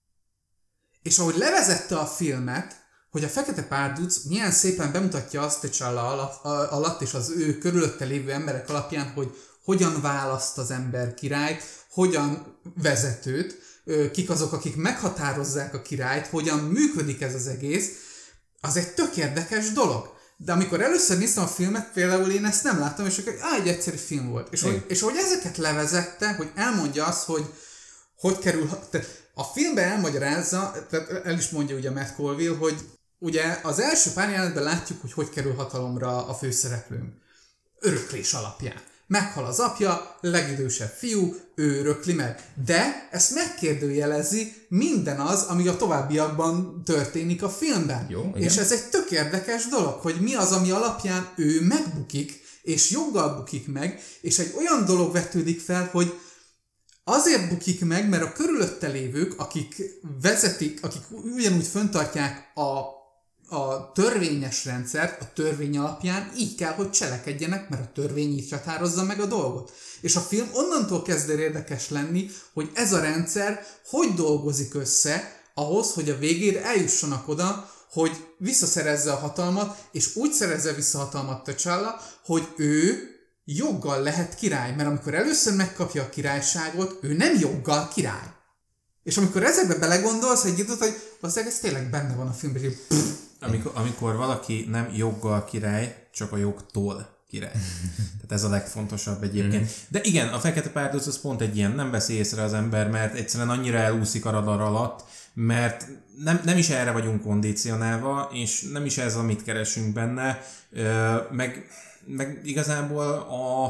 És ahogy levezette a filmet, hogy a Fekete Párduc milyen szépen bemutatja azt T'Challa alatt és az ő körülötte lévő emberek alapján, hogy hogyan választ az ember királyt, hogyan vezetőt, kik azok, akik meghatározzák a királyt, hogyan működik ez az egész, az egy tök érdekes dolog. De amikor először néztem a filmet, például én ezt nem láttam, és akkor á, egy egyszerű film volt. És hogy, és hogy ezeket levezette, hogy elmondja azt, hogy hogy kerül... Tehát a filmben elmagyarázza, tehát el is mondja ugye Matt Colville, hogy ugye az első pár jelenetben látjuk, hogy hogy kerül hatalomra a főszereplőnk. Öröklés alapján. Meghal az apja, legidősebb fiú, ő örökli meg. De ezt megkérdőjelezi minden az, ami a továbbiakban történik a filmben. Jó, és ez egy tök érdekes dolog, hogy mi az, ami alapján ő megbukik, és joggal bukik meg, és egy olyan dolog vetődik fel, hogy azért bukik meg, mert a körülötte lévők, akik vezetik, akik ugyanúgy fenntartják a a törvényes rendszert, a törvény alapján így kell, hogy cselekedjenek, mert a törvény így határozza meg a dolgot. És a film onnantól kezd el érdekes lenni, hogy ez a rendszer hogy dolgozik össze ahhoz, hogy a végére eljussanak oda, hogy visszaszerezze a hatalmat, és úgy szerezze vissza a hatalmat T'Challa, hogy ő joggal lehet király. Mert amikor először megkapja a királyságot, ő nem joggal király. És amikor ezekbe belegondolsz egy időt, hogy valószínűleg ez tényleg benne van a filmben, hogy pff, Amikor, amikor valaki nem joggal király, csak a jogtól király. Tehát ez a legfontosabb egyébként. De igen, a Fekete Párduc az pont egy ilyen, nem veszi észre az ember, mert egyszerűen annyira elúszik a radar alatt, mert nem, nem is erre vagyunk kondicionálva, és nem is ez, amit keresünk benne, meg, meg igazából a,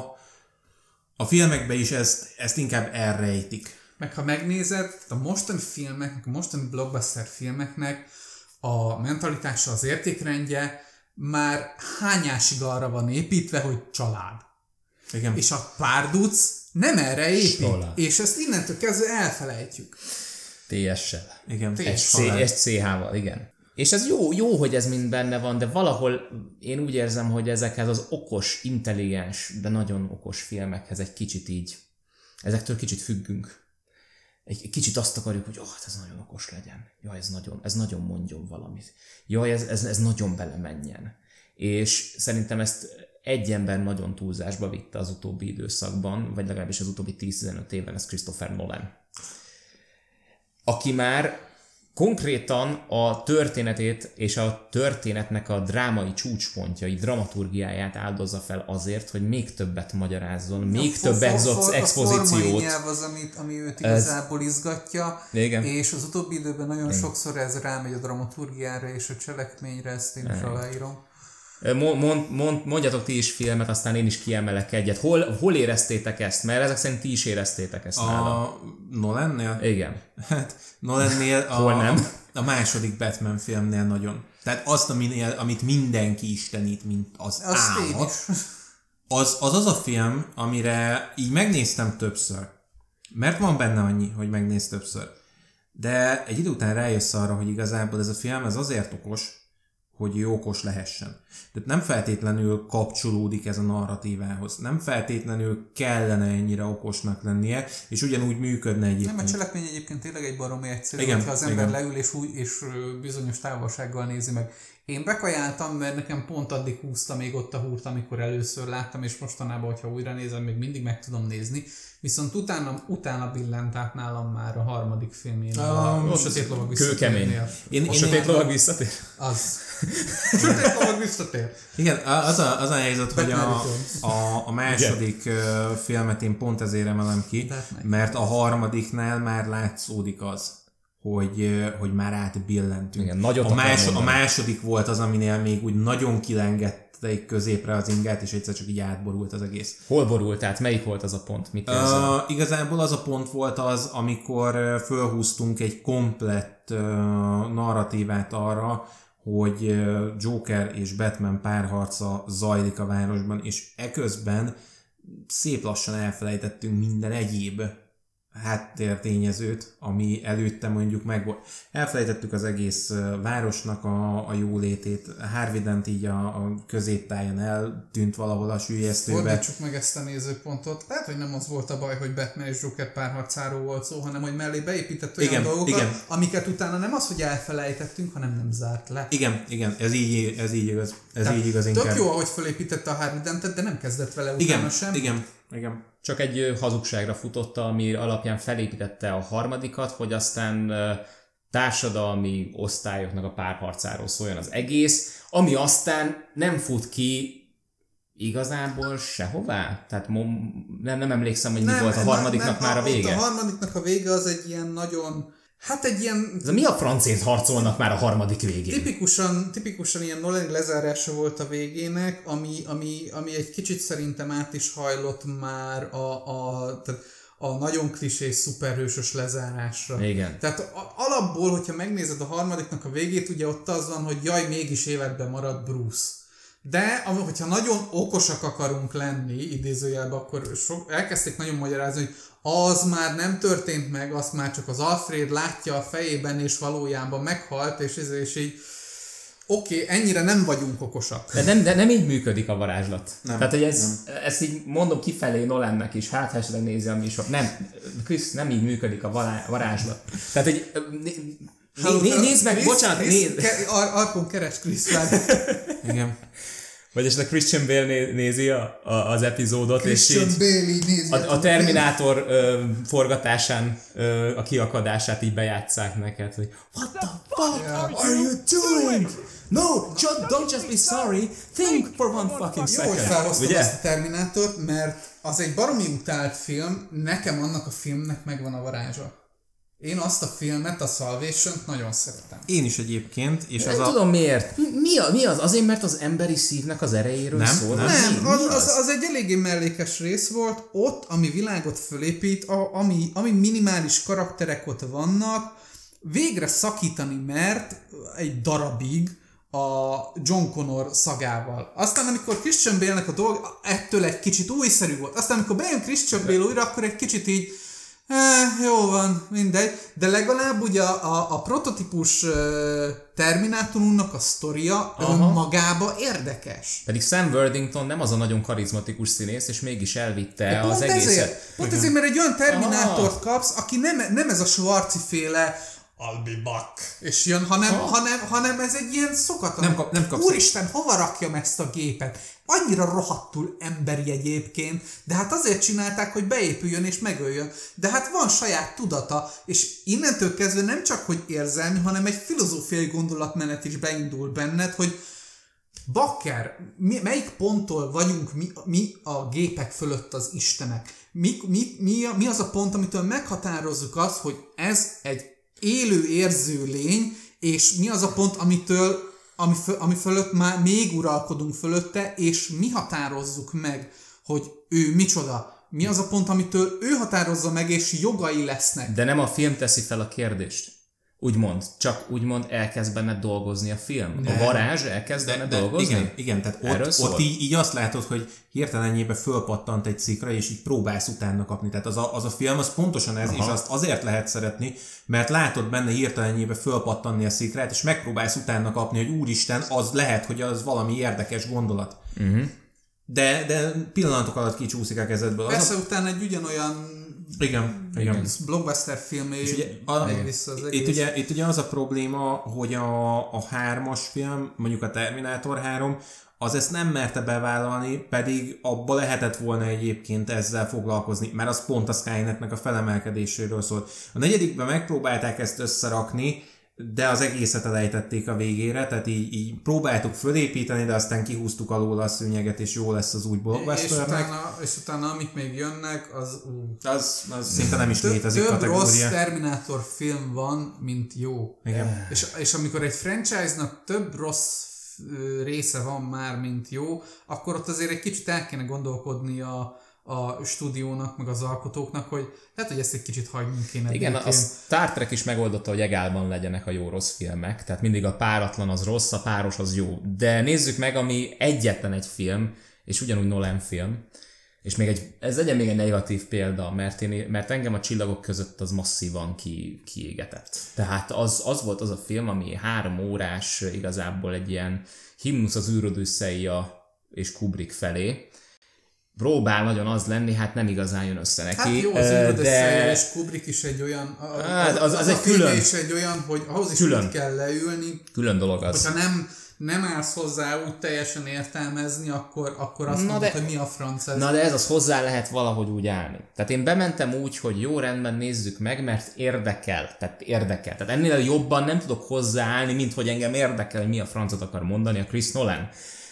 a filmekben is ezt, ezt inkább elrejtik. Meg ha megnézed, a mostani filmeknek, a mostani blockbuster filmeknek a mentalitása, az értékrendje már hányásig arra van építve, hogy család. Igen. És a Párduc nem erre épít. Sola. És ezt innentől kezdve elfelejtjük. té es-sel. Igen. té es. Egy cé há-val, igen. És ez jó, jó, hogy ez mind benne van, de valahol én úgy érzem, hogy ezekhez az okos, intelligens, de nagyon okos filmekhez egy kicsit így ezektől kicsit függünk. Egy kicsit azt akarjuk, hogy oh, ez nagyon okos legyen. Jaj, ez nagyon, ez nagyon mondjon valamit. Jaj, ez, ez, ez nagyon belemenjen. És szerintem ezt egy ember nagyon túlzásba vitte az utóbbi időszakban, vagy legalábbis az utóbbi tíz-tizenöt évben, ez Christopher Nolan. Aki már konkrétan a történetét és a történetnek a drámai csúcspontjai, dramaturgiáját áldozza fel azért, hogy még többet magyarázzon, ja, még for, több exo- for, expozíciót. A formai nyelv az, amit, ami őt igazából ez... izgatja, igen. És az utóbbi időben nagyon igen. sokszor ez rámegy a dramaturgiára és a cselekményre, ezt én is aláírom. Mond, mond, mondjatok ti is filmet, aztán én is kiemelek egyet. Hol, hol éreztétek ezt? Mert ezek szerint ti is éreztétek ezt a nála. Nolannél? Igen. Hát Nolannél a, hol nem? a második Batman filmnél nagyon. Tehát azt, aminél, amit mindenki istenít, mint az állat. Az, az az a film, amire így megnéztem többször. Mert van benne annyi, hogy megnéz többször. De egy idő után rájössz arra, hogy igazából ez a film ez azért okos, hogy ő okos lehessen. Tehát nem feltétlenül kapcsolódik ez a narratívához. Nem feltétlenül kellene ennyire okosnak lennie, és ugyanúgy működne egyébként. Nem, a cselekmény egyébként tényleg egy baromi egyszerű, hogyha az ember igen. leül és, új, és bizonyos távolsággal nézi meg. Én bekajáltam, mert nekem pont addig húzta még ott a húrt, amikor először láttam, és mostanában, hogyha újra nézem, még mindig meg tudom nézni. Viszont utána, utána billent át nálam már a harmadik filmjén. A, a Sötét Lovag visszatérnél. A Sötét Lovag visszatér? Az. A Sötét Lovag visszatér. Igen, az a, az a helyzet, hogy a, a, a második igen. filmet én pont ezért emelem ki, mert a harmadiknál már látszódik az, hogy, hogy már átbillentünk. Igen, nagyot a, más, a második volt az, aminél még úgy nagyon kilengett középre az ingát, és egyszer csak így átborult az egész. Hol borult át? Melyik volt az a pont? Mit uh, igazából az a pont volt az, amikor fölhúztunk egy komplett uh, narratívát arra, hogy Joker és Batman párharca zajlik a városban, és eközben szép lassan elfelejtettünk minden egyéb háttértényezőt, ami előtte mondjuk meg volt. Elfelejtettük az egész városnak a, a jólétét. Harvey Dent így a, a középtájon eltűnt valahol a süllyesztőbe. Fordítsuk meg ezt a nézőpontot. Lehet, hogy nem az volt a baj, hogy Batman és Joker párharcáról volt szó, hanem hogy mellé beépített olyan igen, dolgokat, igen. amiket utána nem az, hogy elfelejtettünk, hanem nem zárt le. Igen, igen, ez így, ez így igaz. Ez így igaz inkább. Tök jó, ahogy felépítette a Harvey Dentet, de nem kezdett vele utána igen, sem. Igen, igen. Csak egy hazugságra futotta, ami alapján felépítette a harmadikat, hogy aztán társadalmi osztályoknak a párharcáról szóljon az egész, ami aztán nem fut ki igazából sehová. Tehát nem, nem emlékszem, hogy nem, mi volt a harmadiknak nem, már a vége. A harmadiknak a vége az egy ilyen nagyon... Hát egy ilyen... Ez mi a francét harcolnak már a harmadik végén? Tipikusan, tipikusan ilyen Nolan lezárása volt a végének, ami, ami, ami egy kicsit szerintem át is hajlott már a, a, tehát a nagyon klisés szuperhősös lezárásra. Igen. Tehát a, alapból, hogyha megnézed a harmadiknak a végét, ugye ott az van, hogy jaj, mégis életben marad Bruce. De hogyha nagyon okosak akarunk lenni, idézőjelben, akkor so, elkezdték nagyon magyarázni, hogy az már nem történt meg, azt már csak az Alfred látja a fejében, és valójában meghalt, és ez és így oké, okay, ennyire nem vagyunk okosak. De nem, de nem így működik a varázslat. Nem, Tehát, hogy ez, ezt így mondom kifelé Nolannek is, hát esetleg nézi a műsor. Nem, Krisz, nem így működik a varázslat. Tehát, hogy né, né, nézd meg, Chris, bocsánat, Chris, nézd. Ke, ar, Arkon keres Krisz. Igen. Vagy esetleg Christian Bale nézi a, a, az epizódot, Christian és így nézi a, a Terminátor ö, forgatásán ö, a kiakadását így bejátsszák neked, hogy what the fuck yeah. are you doing? No, just, don't just be sorry, think for one fucking second. Jó, hogy felhoztam ugye? Ezt a Terminátort, mert az egy baromi utált film, nekem annak a filmnek megvan a varázsa. Én azt a filmet, a Salvation-t nagyon szeretem. Én is egyébként. És nem az tudom a... miért. Mi, a, mi az? Azért, mert az emberi szívnek az erejéről nem, szól? Nem, nem az, az, az egy eléggé mellékes rész volt. Ott, ami világot fölépít, a, ami, ami minimális karakterek ott vannak, végre szakítani mert egy darabig a John Connor szagával. Aztán, amikor Christian Bale-nek a dolg ettől egy kicsit újszerű volt. Aztán, amikor bejön Christian Bale újra, akkor egy kicsit így Eh, jó van, mindegy. De legalább ugye a, a, a prototípus uh, Terminátorunknak a sztoria magába érdekes. Pedig Sam Worthington nem az a nagyon karizmatikus színész, és mégis elvitte de az egészet. Ezért, pont ezért, mert egy olyan Terminátort kapsz, aki nem, nem ez a Schwarzi-féle I'll be back, és jön, hanem, hanem, hanem ez egy ilyen szokatlan. Nem, kap, nem kapsz. Úristen, hova rakjam ezt a gépet? Annyira rohadtul emberi egyébként, de hát azért csinálták, hogy beépüljön és megöljön. De hát van saját tudata, és innentől kezdve nem csak, hogy érzelmi, hanem egy filozófiai gondolatmenet is beindul benned, hogy bakker, mi, melyik ponttól vagyunk mi, mi a gépek fölött az istenek? Mi, mi, mi, mi az a pont, amitől meghatározzuk azt, hogy ez egy élő érző lény, és mi az a pont, amitől, ami, föl, ami fölött már még uralkodunk fölötte, és mi határozzuk meg, hogy ő micsoda. Mi az a pont, amitől ő határozza meg, és jogai lesznek. De nem a film teszi fel a kérdést. Úgymond, csak úgymond elkezd benned dolgozni a film. De, a varázs elkezd benned dolgozni? Igen, igen, tehát ott, ott így, így azt látod, hogy hirtelen ennyibe fölpattant egy szikra, és így próbálsz utána kapni. Tehát az a, az a film, az pontosan ez, Aha. és azt azért lehet szeretni, mert látod benne hirtelen ennyibe fölpattanni a szikrát, és megpróbálsz utána kapni, hogy úristen, az lehet, hogy az valami érdekes gondolat. Uh-huh. De, de pillanatok alatt kicsúszik a kezedből. Persze az a... utána egy ugyanolyan Igen, igen. blockbuster film, és ugye, a, vissza az egész. Itt ugye, itt ugye az a probléma, hogy a, a hármas film, mondjuk a Terminátor három, az ezt nem merte bevállalni, pedig abba lehetett volna egyébként ezzel foglalkozni, mert az pont a Skynetnek a felemelkedéséről szólt. A negyedikben megpróbálták ezt összerakni, de az egészet elejtették a végére, tehát így, így próbáltuk fölépíteni, de aztán kihúztuk alól a szőnyeget, és jó lesz az úgy blockbusternek. És utána, és utána amik még jönnek, az... Uh, az, az szinte nem is létezik kategória. Több rossz Terminátor film van, mint jó. Igen. És, és amikor egy franchise-nak több rossz része van már, mint jó, akkor ott azért egy kicsit el kéne gondolkodni a a stúdiónak, meg az alkotóknak, hogy lehet, hogy ezt egy kicsit hagyni kéne. Igen, a Star Trek is megoldotta, hogy egálban legyenek a jó-rossz filmek, tehát mindig a páratlan az rossz, a páros az jó. De nézzük meg, ami egyetlen egy film, és ugyanúgy Nolan film, és még egy, ez legyen még egy negatív példa, mert, én, mert engem a Csillagok között az masszívan ki, kiégetett. Tehát az, az volt az a film, ami három órás, igazából egy ilyen himnusz az űrodüsszeia és Kubrick felé. Próbál nagyon az lenni, hát nem igazán jön össze neki. Hát jó, az űrodüsszeia és Kubrick is egy olyan, a, hát az, az, az, az egy külön, is egy olyan, hogy ahhoz is külön, kell leülni. Külön dolog az. Hogyha nem, nem állsz hozzá úgy teljesen értelmezni, akkor, akkor azt mondod, hogy mi a franc ez. Na de ez az, hozzá lehet valahogy úgy állni. Tehát én bementem úgy, hogy jó, rendben, nézzük meg, mert érdekel. Tehát érdekel. Tehát ennél jobban nem tudok hozzáállni, mint hogy engem érdekel, hogy mi a francot akar mondani a Chris Nolan.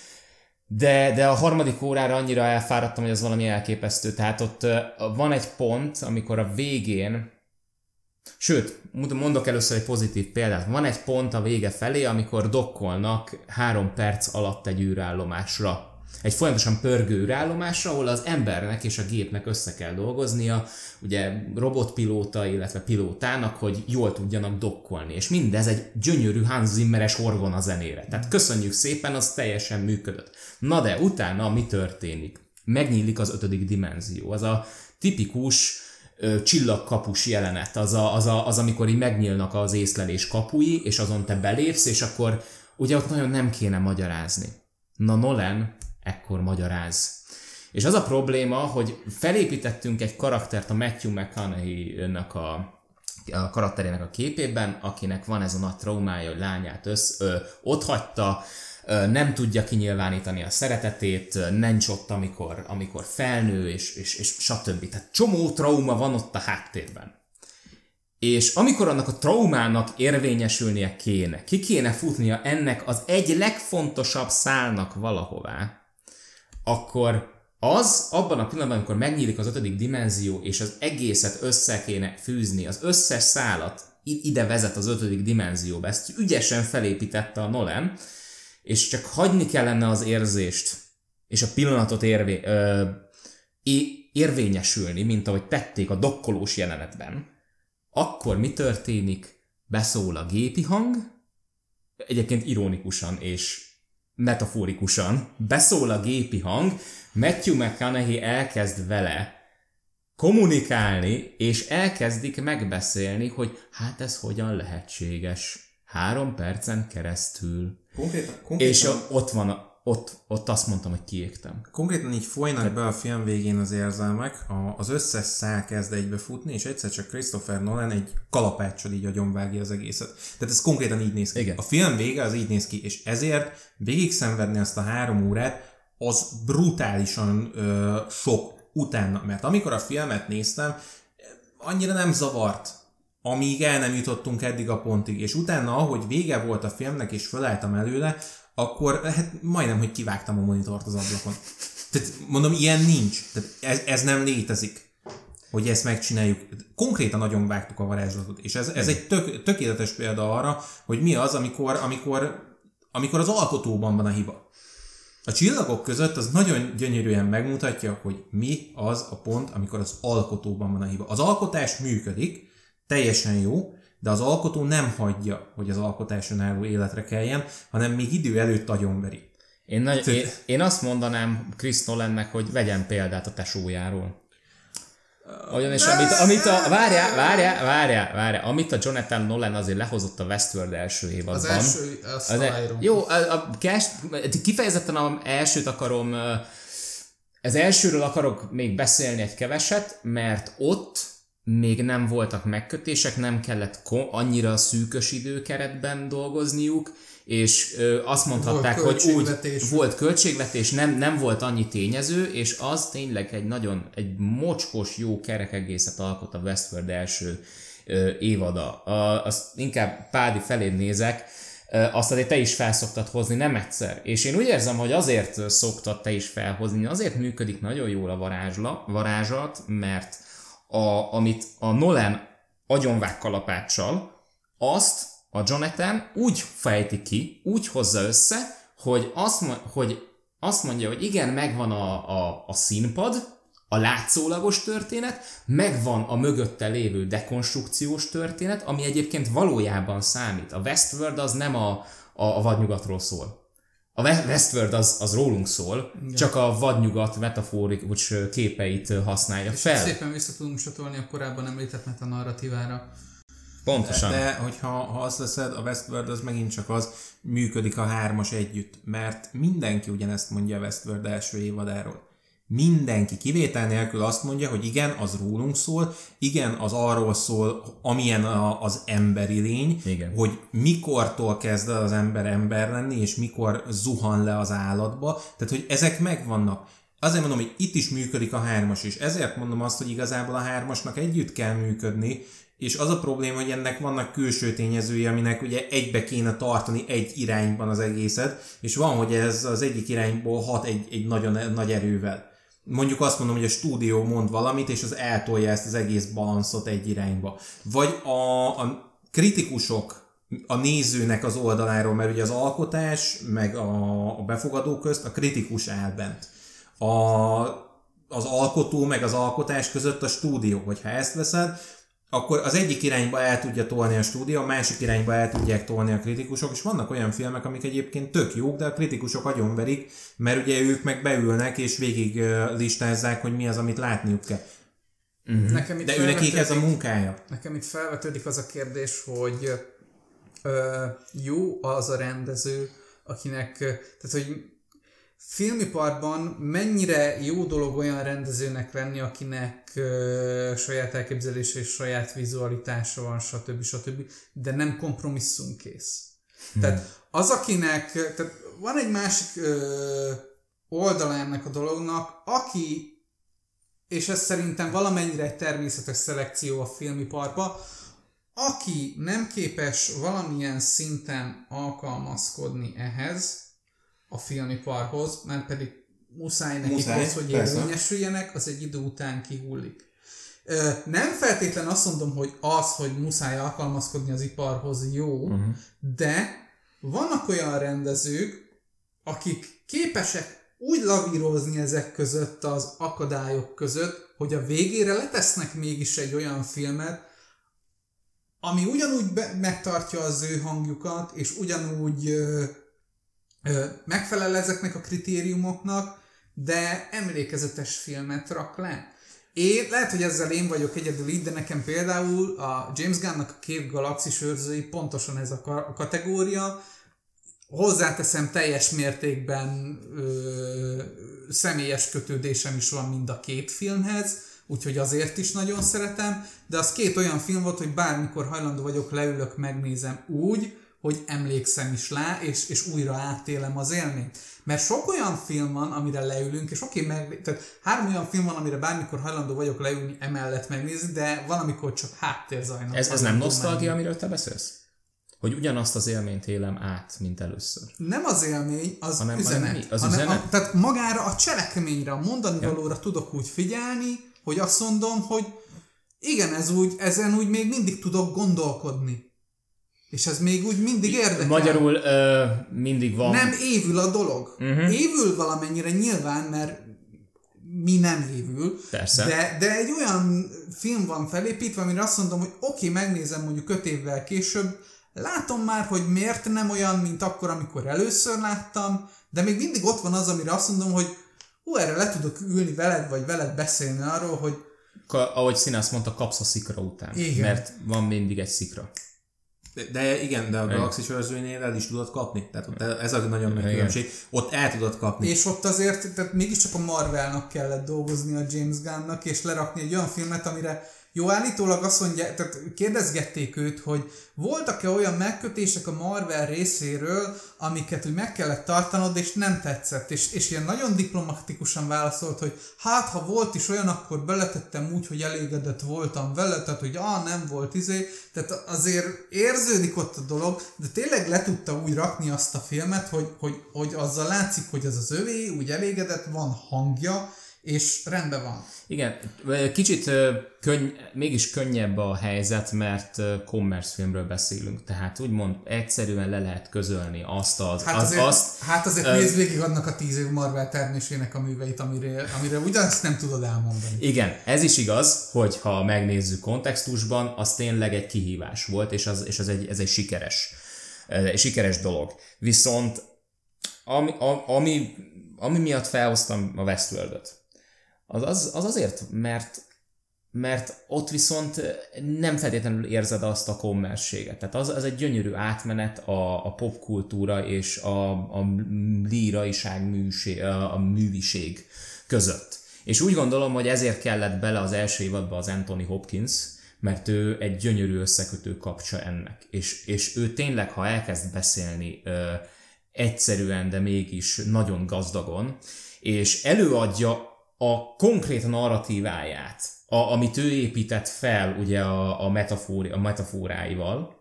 De, de a harmadik órára annyira elfáradtam, hogy az valami elképesztő. Tehát ott van egy pont, amikor a végén, sőt, mondok először egy pozitív példát, van egy pont a vége felé, amikor dokkolnak három perc alatt egy űrállomásra. Egy folyamatosan pörgő űrállomásra, ahol az embernek és a gépnek össze kell dolgoznia, ugye robotpilóta, illetve pilótának, hogy jól tudjanak dokkolni. És mindez egy gyönyörű Hans Zimmeres orgona zenére. Tehát köszönjük szépen, az teljesen működött. Na de utána mi történik? Megnyílik az ötödik dimenzió. Az a tipikus ö, csillagkapus jelenet. Az, a, az, a, az, amikor így megnyílnak az észlelés kapui, és azon te belépsz, és akkor ugye ott nagyon nem kéne magyarázni. Na Nolan ekkor magyaráz. És az a probléma, hogy felépítettünk egy karaktert a Matthew McConaughey-nak a, a karakterének a képében, akinek van ez a nagy traumája, hogy lányát össz, ö, ott hagyta, ö, nem tudja kinyilvánítani a szeretetét, nincs ott, amikor, amikor felnő, és, és, és stb. Tehát csomó trauma van ott a háttérben. És amikor annak a traumának érvényesülnie kéne, ki kéne futnia ennek az egy legfontosabb szálnak valahová, akkor az abban a pillanatban, amikor megnyílik az ötödik dimenzió, és az egészet össze kéne fűzni, az összes szálat ide vezet az ötödik dimenzióba, ezt ügyesen felépítette a Nolan, és csak hagyni kellene az érzést, és a pillanatot érvé, ö, érvényesülni, mint ahogy tették a dokkolós jelenetben, akkor mi történik? Beszól a gépi hang, egyébként ironikusan és metaforikusan, beszól a gépi hang, Matthew McConaughey elkezd vele kommunikálni, és elkezdik megbeszélni, hogy hát ez hogyan lehetséges. Három percen keresztül. Konkrétan, konkrétan. És ott van, a, ott, ott azt mondtam, hogy kiégtem. Konkrétan így folynak Te... be a film végén az érzelmek, a, az összes szál kezd egybefutni, és egyszer csak Christopher Nolan egy kalapáccsal így agyonvágja az egészet. Tehát ez konkrétan így néz ki. Igen. A film vége az így néz ki, és ezért végig szenvedni azt a három órát, az brutálisan ö, sok utána. Mert amikor a filmet néztem, annyira nem zavart, amíg el nem jutottunk eddig a pontig. És utána, ahogy vége volt a filmnek, és fölálltam előle, akkor hát majdnem, hogy kivágtam a monitort az ablakon. Tehát mondom, ilyen nincs. Tehát ez, ez nem létezik, hogy ezt megcsináljuk. Konkrétan nagyon vágtuk a varázslatot. És ez, ez egy tök, tökéletes példa arra, hogy mi az, amikor, amikor, amikor az alkotóban van a hiba. A Csillagok között az nagyon gyönyörűen megmutatja, hogy mi az a pont, amikor az alkotóban van a hiba. Az alkotás működik, teljesen jó, de az alkotó nem hagyja, hogy az alkotás önálló életre keljen, hanem még idő előtt agyonveri. Én, nagy, én, én azt mondanám Chris Nolannek, hogy vegyen példát a tesójáról. Ugyanis amit, amit a, várjál, várjál, várjál, várjál, amit a Jonathan Nolan azért lehozott a Westworld első évadban. Az első, azt az e, Jó, a, a, kifejezetten az elsőt akarom, az elsőről akarok még beszélni egy keveset, mert ott még nem voltak megkötések, nem kellett annyira szűkös időkeretben dolgozniuk, és ö, azt mondhatták, hogy úgy volt költségvetés, nem, nem volt annyi tényező, és az tényleg egy nagyon, egy mocskos, jó kerek egészet alkot a Westworld első ö, évada. A, azt inkább Pádi feléd nézek, ö, azt azért te is felszoktad hozni, nem egyszer. És én úgy érzem, hogy azért szoktad te is felhozni, azért működik nagyon jól a varázsla, varázslat, mert a, amit a Nolan agyonvág kalapáccsal, azt a Jonathan úgy fejti ki, úgy hozza össze, hogy azt, hogy azt mondja, hogy igen, megvan a, a, a színpad, a látszólagos történet, megvan a mögötte lévő dekonstrukciós történet, ami egyébként valójában számít. A Westworld az nem a, a, a vadnyugatról szól. A Westworld az, az rólunk szól, igen. Csak a vadnyugat metaforikus képeit használja és fel. És szépen vissza tudunk csatolni a korábban említett metanarratívára. Pontosan. De, de hogyha ha azt leszed, a Westworld az megint csak az, működik a hármas együtt, mert mindenki ugyanezt mondja a Westworld első évadáról. Mindenki kivétel nélkül azt mondja, hogy igen, az rólunk szól, igen, az arról szól, amilyen a, az emberi lény, igen. Hogy mikortól kezd el az ember ember lenni, és mikor zuhan le az állatba, tehát hogy ezek megvannak. Azért mondom, hogy itt is működik a hármas, és ezért mondom azt, hogy igazából a hármasnak együtt kell működni, és az a probléma, hogy ennek vannak külső tényezői, aminek ugye egybe kéne tartani egy irányban az egészet, és van, hogy ez az egyik irányból hat egy, egy nagyon nagy erővel. Mondjuk azt mondom, hogy a stúdió mond valamit, és az eltolja ezt az egész balanszot egy irányba. Vagy a, a kritikusok a nézőnek az oldaláról, mert ugye az alkotás, meg a, a befogadó közt a kritikus áll bent. A, az alkotó, meg az alkotás között a stúdió. Hogyha ezt veszed, akkor az egyik irányba el tudja tolni a stúdió, a másik irányba el tudják tolni a kritikusok, és vannak olyan filmek, amik egyébként tök jók, de a kritikusok agyonverik, mert ugye ők meg beülnek és végig listázzák, hogy mi az, amit látniuk kell. Uh-huh. Nekem de őnekik ez a munkája. Nekem itt felvetődik az a kérdés, hogy ö, jó az a rendező, akinek, tehát hogy filmiparban mennyire jó dolog olyan rendezőnek lenni, akinek ö, saját elképzelése és saját vizualitása van, stb. stb. De nem kompromisszumkész. Hmm. Tehát az, akinek, tehát van egy másik ö, oldala ennek a dolognak, aki, és ez szerintem valamennyire egy természetes szelekció a filmiparba, aki nem képes valamilyen szinten alkalmazkodni ehhez, a filmiparhoz, mert pedig muszáj nekik muszáj, az, hogy érvényesüljenek, az egy idő után kihullik. Nem feltétlen azt mondom, hogy az, hogy muszáj alkalmazkodni az iparhoz jó, uh-huh. de vannak olyan rendezők, akik képesek úgy lavírozni ezek között az akadályok között, hogy a végére letesznek mégis egy olyan filmet, ami ugyanúgy be- megtartja az ő hangjukat, és ugyanúgy ö, ö, megfelel ezeknek a kritériumoknak, de emlékezetes filmet rak le. Én, lehet, hogy ezzel én vagyok egyedül itt, de nekem például a James Gunn-nak a Két galaxis őrzői pontosan ez a, ka- a kategória. Hozzáteszem, teljes mértékben ö, személyes kötődésem is van mind a két filmhez, úgyhogy azért is nagyon szeretem, de az két olyan film volt, hogy bármikor hajlandó vagyok, leülök, megnézem úgy, hogy emlékszem is rá, és, és újra átélem az élményt. Mert sok olyan film van, amire leülünk, és oké, meg, tehát három olyan film van, amire bármikor hajlandó vagyok leülni, emellett megnézni, de valamikor csak háttérzajnak. Ez, ez nem nosztalgia, amiről te beszélsz? Hogy ugyanazt az élményt élem át, mint először. Nem az élmény, az hanem, üzenet. Hanem az hanem üzenet? A, tehát magára, a cselekményre, a mondani ja. valóra tudok úgy figyelni, hogy azt mondom, hogy igen, ez úgy, ezen úgy még mindig tudok gondolkodni. És ez még úgy mindig érdekel. Magyarul ö, mindig van. Nem évül a dolog. Uh-huh. Évül valamennyire nyilván, mert mi nem évül. Persze. De, de egy olyan film van felépítve, amire azt mondom, hogy oké, okay, megnézem mondjuk öt évvel később, látom már, hogy miért nem olyan, mint akkor, amikor először láttam, de még mindig ott van az, amire azt mondom, hogy hú, erre le tudok ülni veled, vagy veled beszélni arról, hogy... Ka- ahogy Színász mondta, kapsz a szikra után. Igen. Mert van mindig egy szikra. De igen, de a Galaxis őrzőinél el is tudod kapni. Tehát ott ez a nagyon nagy különbség. Ott el tudod kapni. És ott azért, tehát mégiscsak a Marvelnak kellett dolgozni a James Gunnnak, és lerakni egy olyan filmet, amire jó, állítólag azt mondja, tehát kérdezgették őt, hogy voltak-e olyan megkötések a Marvel részéről, amiket úgy meg kellett tartanod, és nem tetszett. És, és ilyen nagyon diplomatikusan válaszolt, hogy hát, ha volt is olyan, akkor beletettem úgy, hogy elégedett voltam vele, tehát hogy ah, nem volt izé. Tehát azért érződik ott a dolog, de tényleg le tudta úgy rakni azt a filmet, hogy, hogy, hogy azzal látszik, hogy ez az övé, úgy elégedett, van hangja, és rendben van. Igen, kicsit könny, mégis könnyebb a helyzet, mert commerce filmről beszélünk, tehát úgymond egyszerűen le lehet közölni azt az... Hát az, azért, azt, hát azért uh, nézd végig annak a tíz év Marvel termésének a műveit, amire, amire ugyanazt nem tudod elmondani. Igen, ez is igaz, hogy ha megnézzük kontextusban, az tényleg egy kihívás volt, és, az, és az egy, ez egy sikeres, egy sikeres dolog. Viszont ami, ami, ami miatt felhoztam a Westworld-öt, Az, az, az azért, mert, mert ott viszont nem feltétlenül érzed azt a kommerséget. Tehát az, az egy gyönyörű átmenet a, a popkultúra és a, a líraiság, műség, a, a műviség között. És úgy gondolom, hogy ezért kellett bele az első évadba az Anthony Hopkins, mert ő egy gyönyörű összekötő kapcsa ennek. És, és ő tényleg, ha elkezd beszélni ö, egyszerűen, de mégis nagyon gazdagon, és előadja a konkrét narratíváját, a, amit ő épített fel ugye a, a, metafóri, a metaforáival,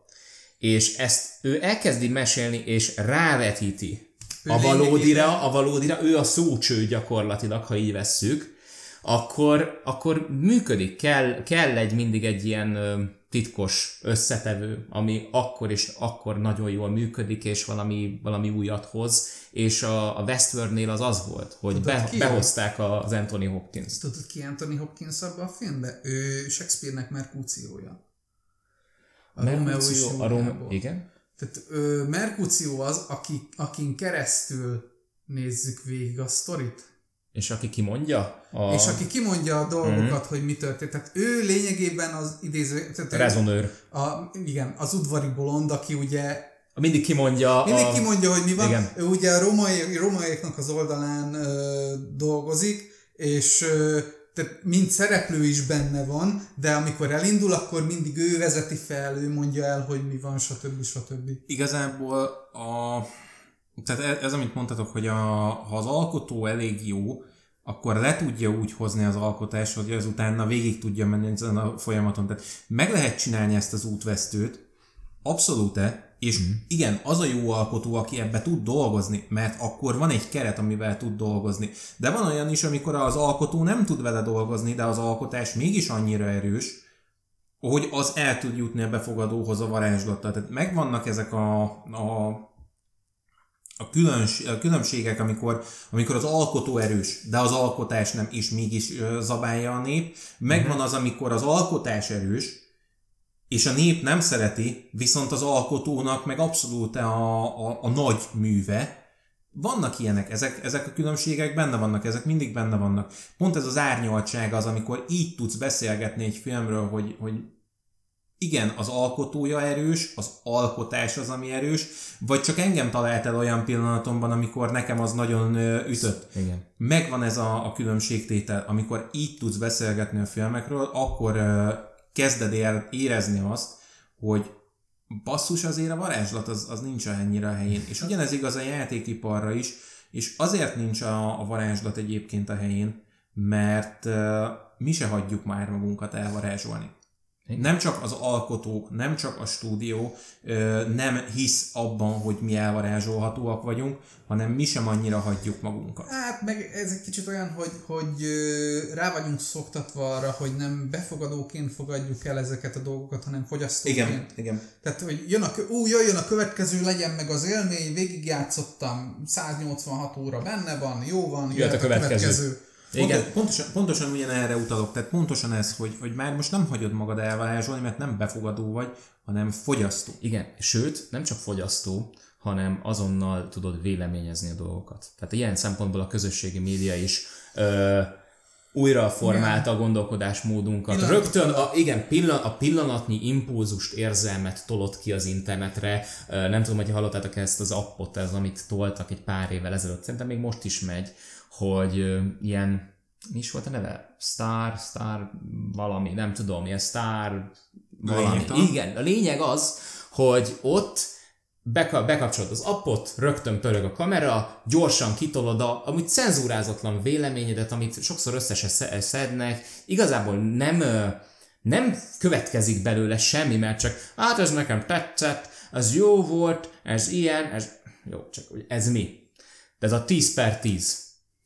és ezt ő elkezdi mesélni, és rávetíti a valódira, a valódira, ő a szócső gyakorlatilag, ha így vesszük, akkor, akkor működik, kell, kell egy mindig egy ilyen ö, titkos összetevő, ami akkor és akkor nagyon jól működik, és valami, valami újat hoz, és a, a Westworldnél az az volt, hogy be, behozták az Anthony Hopkins-t. Tudod ki Anthony Hopkins abban a filmben? Ő Shakespeare-nek Mercúciója. A Mercúció, a Rom- igen? Tehát ö, Mercúció az, aki, akin keresztül nézzük végig a sztorit. És aki kimondja? A... És aki kimondja a dolgokat, mm-hmm. hogy mi történt. Tehát ő lényegében az idéző... Rezonőr. A, igen, az udvari bolond, aki ugye... Mindig kimondja... Mindig a... kimondja, hogy mi van. Igen. Ő ugye a romai, romaiaknak az oldalán ö, dolgozik, és ö, tehát mind szereplő is benne van, de amikor elindul, akkor mindig ő vezeti fel, ő mondja el, hogy mi van, stb. stb. Igazából a... Tehát ez, amit mondtatok, hogy a, ha az alkotó elég jó, akkor le tudja úgy hozni az alkotást, hogy az utána végig tudja menni ezen a folyamaton. Tehát meg lehet csinálni ezt az útvesztőt, abszolút-e, és mm. igen, az a jó alkotó, aki ebbe tud dolgozni, mert akkor van egy keret, amivel tud dolgozni. De van olyan is, amikor az alkotó nem tud vele dolgozni, de az alkotás mégis annyira erős, hogy az el tud jutni a befogadóhoz a varázslattal. Tehát megvannak ezek a, a A, különbs, a különbségek, amikor, amikor az alkotó erős, de az alkotás nem, és mégis zabálja a nép. Megvan az, amikor az alkotás erős, és a nép nem szereti, viszont az alkotónak meg abszolút a, a, a nagy műve, vannak ilyenek, ezek, ezek a különbségek benne vannak, ezek mindig benne vannak. Pont ez az árnyaltság az, amikor így tudsz beszélgetni egy filmről, hogy, hogy igen, az alkotója erős, az alkotás az, ami erős, vagy csak engem talált el olyan pillanatomban, amikor nekem az nagyon ütött. Igen. Megvan ez a, a különbségtétel, amikor így tudsz beszélgetni a filmekről, akkor uh, kezded el érezni azt, hogy basszus, azért a varázslat az, az nincs ennyire a helyén. És ugyanez igaz a játékiparra is, és azért nincs a, a varázslat egyébként a helyén, mert uh, mi se hagyjuk már magunkat elvarázsolni. Nem csak az alkotók, nem csak a stúdió ö, nem hisz abban, hogy mi elvarázsolhatóak vagyunk, hanem mi sem annyira hagyjuk magunkat. Hát meg ez egy kicsit olyan, hogy, hogy ö, rá vagyunk szoktatva arra, hogy nem befogadóként fogadjuk el ezeket a dolgokat, hanem fogyasztóként. Igen, igen. Tehát, hogy jön a, ú, jöjjön a következő, legyen meg az élmény, végigjátszottam, száznyolcvanhat óra benne van, jó van, jöhet a következő. következő. Igen. Pontosan, pontosan ugyan erre utalok, tehát pontosan ez, hogy, hogy már most nem hagyod magad elvarázsolni, mert nem befogadó vagy, hanem fogyasztó. Igen, sőt, nem csak fogyasztó, hanem azonnal tudod véleményezni a dolgokat. Tehát ilyen szempontból a közösségi média is ö, újra formálta a gondolkodásmódunkat. Pillanat. Rögtön a, igen, pillan, a pillanatnyi impulzust, érzelmet tolott ki az internetre. Ö, nem tudom, hogy hallottátok ezt az appot, ez, amit toltak egy pár évvel ezelőtt, szerintem még most is megy, hogy ö, ilyen, mi is volt a neve? Star, Star valami, nem tudom, ilyen Star valami. Igen, a lényeg az, hogy ott beka- bekapcsolod az appot, rögtön pörög a kamera, gyorsan kitolod a amúgy cenzúrázatlan véleményedet, amit sokszor össze se szednek, igazából nem, nem következik belőle semmi, mert csak hát ez nekem tetszett, ez jó volt, ez ilyen, ez jó, csak ez mi? De ez a tíz per tíz.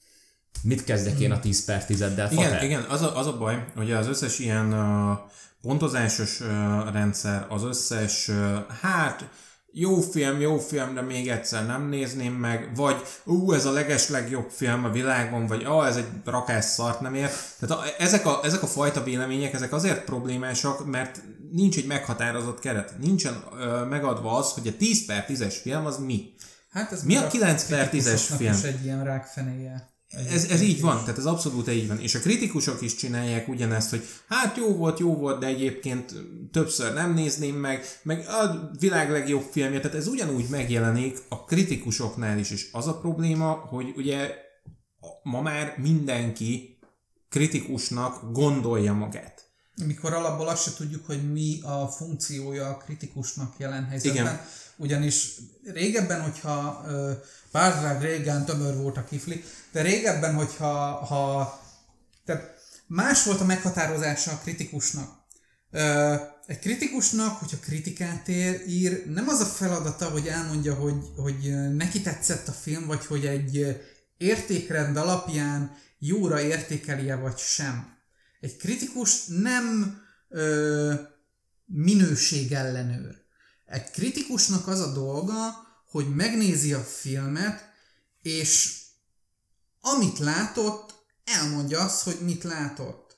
Mit kezdek én a tíz per tízeddel? Igen, igen, az a, az a baj, hogy az összes ilyen uh, pontozásos uh, rendszer, az összes, uh, hát jó film, jó film, de még egyszer nem nézném meg, vagy ú, ez a legeslegjobb film a világon, vagy ah, ez egy rakás szart nem ér. Tehát a, ezek, a, ezek a fajta vélemények, ezek azért problémásak, mert nincs egy meghatározott keret. Nincsen uh, megadva az, hogy a tíz per tízes film az mi. Hát ez mi a kilenc per tízes film? Egy ilyen rákfenéje. Ez, ez így van, tehát ez abszolút így van. És a kritikusok is csinálják ugyanezt, hogy hát jó volt, jó volt, de egyébként többször nem nézném meg, meg a világ legjobb filmje, tehát ez ugyanúgy megjelenik a kritikusoknál is. És az a probléma, hogy ugye ma már mindenki kritikusnak gondolja magát. Mikor alapból azt se tudjuk, hogy mi a funkciója a kritikusnak jelen helyzetben. Igen. Ugyanis régebben, hogyha bár régen tömör volt a kifli, de régebben, hogyha ha, tehát más volt a meghatározása a kritikusnak. Egy kritikusnak, hogyha kritikát ér, ír, nem az a feladata, hogy elmondja, hogy, hogy neki tetszett a film, vagy hogy egy értékrend alapján jóra értékelje, vagy sem. Egy kritikus nem ö, minőségellenőr. Egy kritikusnak az a dolga, hogy megnézi a filmet, és amit látott, elmondja azt, hogy mit látott.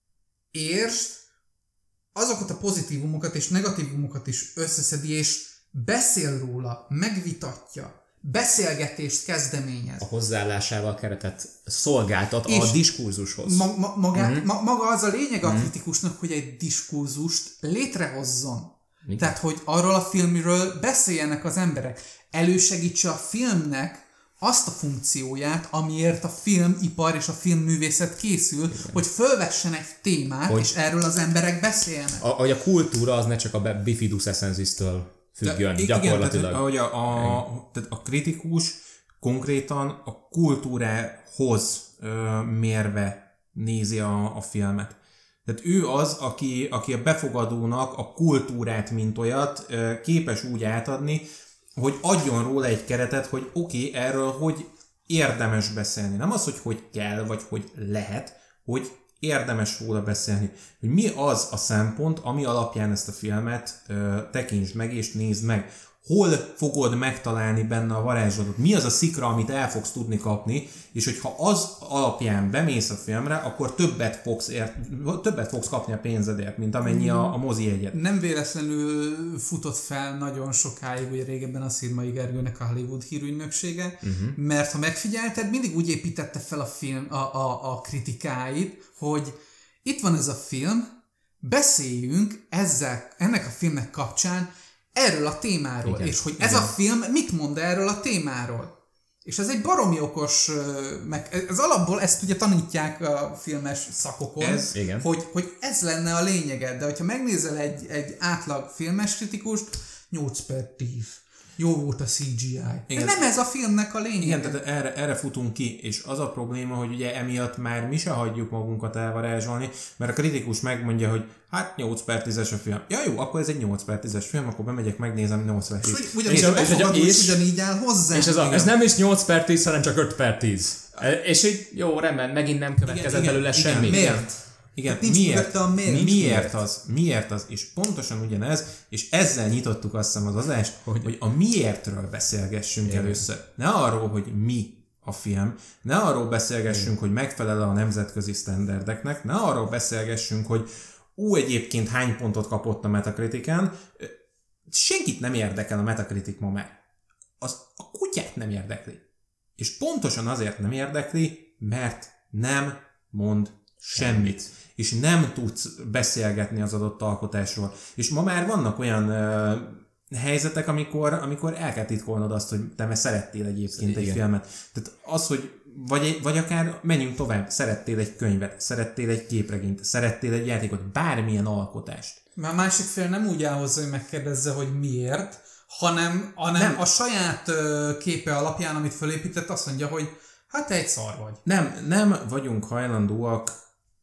Értsd, azokat a pozitívumokat és negatívumokat is összeszedi, és beszél róla, megvitatja, beszélgetést kezdeményez. A hozzáállásával keretet szolgáltat és a diskurzushoz. Ma, ma, maga, mm-hmm. ma, maga az a lényeg a kritikusnak, hogy egy diskurzust létrehozzon. Mi? Tehát, hogy arról a filmről beszéljenek az emberek. Elősegítse a filmnek azt a funkcióját, amiért a filmipar és a filmművészet készül, igen, hogy fölvessen egy témát, hogy, és erről az emberek beszéljenek. Hogy a, a kultúra az ne csak a bifidus essensis-től függjön, de, gyakorlatilag. Igen, tehát, a, a, tehát a kritikus konkrétan a kultúrához ö, mérve nézi a, a filmet. Tehát ő az, aki, aki a befogadónak a kultúrát, mint olyat ö, képes úgy átadni, hogy adjon róla egy keretet, hogy oké, okay, erről hogy érdemes beszélni. Nem az, hogy hogy kell, vagy hogy lehet, hogy érdemes róla beszélni. Hogy mi az a szempont, ami alapján ezt a filmet ö, tekintsd meg és nézd meg. hol fogod megtalálni benne a varázslatot, mi az a szikra, amit el fogsz tudni kapni, és hogyha az alapján bemész a filmre, akkor többet fogsz, ért, többet fogsz kapni a pénzedért, mint amennyi a, a mozi jegyet. Nem véletlenül futott fel nagyon sokáig, ugye régebben a Szirmai Gergőnek a Hollywood hírügynöksége, uh-huh. mert ha megfigyelted, mindig úgy építette fel a film a, a, a kritikáit, hogy itt van ez a film, beszéljünk ezzel, ennek a filmnek kapcsán erről a témáról, igen, és hogy ez igen. a film mit mond erről a témáról. És ez egy baromi okos, meg ez alapból ezt ugye tanítják a filmes szakokon, ez, hogy, hogy ez lenne a lényeged, de hogyha megnézel egy, egy átlag filmes kritikust, nyolc per tíz. Jó volt a cé gé í. Igen. De nem ez a filmnek a lényeg. Igen, tehát erre, erre futunk ki, és az a probléma, hogy ugye emiatt már mi se hagyjuk magunkat elvarázsolni, mert a kritikus megmondja, hogy hát nyolc per tízes a film. Ja jó, akkor ez egy nyolc per tízes film, akkor bemegyek, megnézem nyolc per tíz. És ugyanis a befogadó is ugyanígy áll hozzá. És ez, a, ez nem is nyolc per tíz, hanem csak öt per tíz. És így jó, rendben, megint nem következett belőle semmi. Igen, miért? Igen, miért, miért, miért az, miért az, és pontosan ugyanez, és ezzel nyitottuk azt hiszem az adást, hogy, hogy a miértről beszélgessünk igen. először. Ne arról, hogy mi a film, ne arról beszélgessünk, igen. hogy megfelel a nemzetközi sztenderdeknek, ne arról beszélgessünk, hogy ú, egyébként hány pontot kapott a Metacriticen. Senkit nem érdekel a Metacritic ma már. Az a kutyát nem érdekli. És pontosan azért nem érdekli, mert nem mond semmit. És nem tudsz beszélgetni az adott alkotásról. És ma már vannak olyan uh, helyzetek, amikor, amikor el kell titkolnod azt, hogy te szerettél egyébként egy filmet. Tehát az, hogy vagy, vagy akár menjünk tovább, szerettél egy könyvet, szerettél egy képregényt, szerettél egy játékot, bármilyen alkotást. Már a másik fél nem úgy áll hozzá, hogy megkérdezze, hogy miért, hanem, hanem a saját uh, képe alapján, amit fölépített, azt mondja, hogy hát te egy szar vagy. Nem, nem vagyunk hajlandóak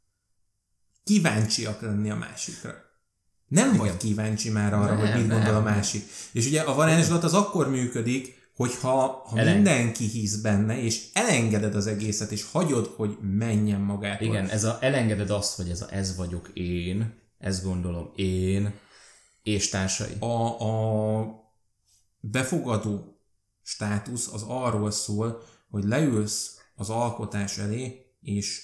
kíváncsiak lenni a másikra. Nem igen. vagy kíváncsi már arra, nem, hogy mit nem, gondol a másik. És ugye a varázslat az akkor működik, hogyha ha mindenki hisz benne, és elengeded az egészet, és hagyod, hogy menjen magától. Igen, ez a, elengeded azt, hogy ez, a, ez vagyok én, ezt gondolom én, és társai. A, a befogadó státusz az arról szól, hogy leülsz az alkotás elé, és,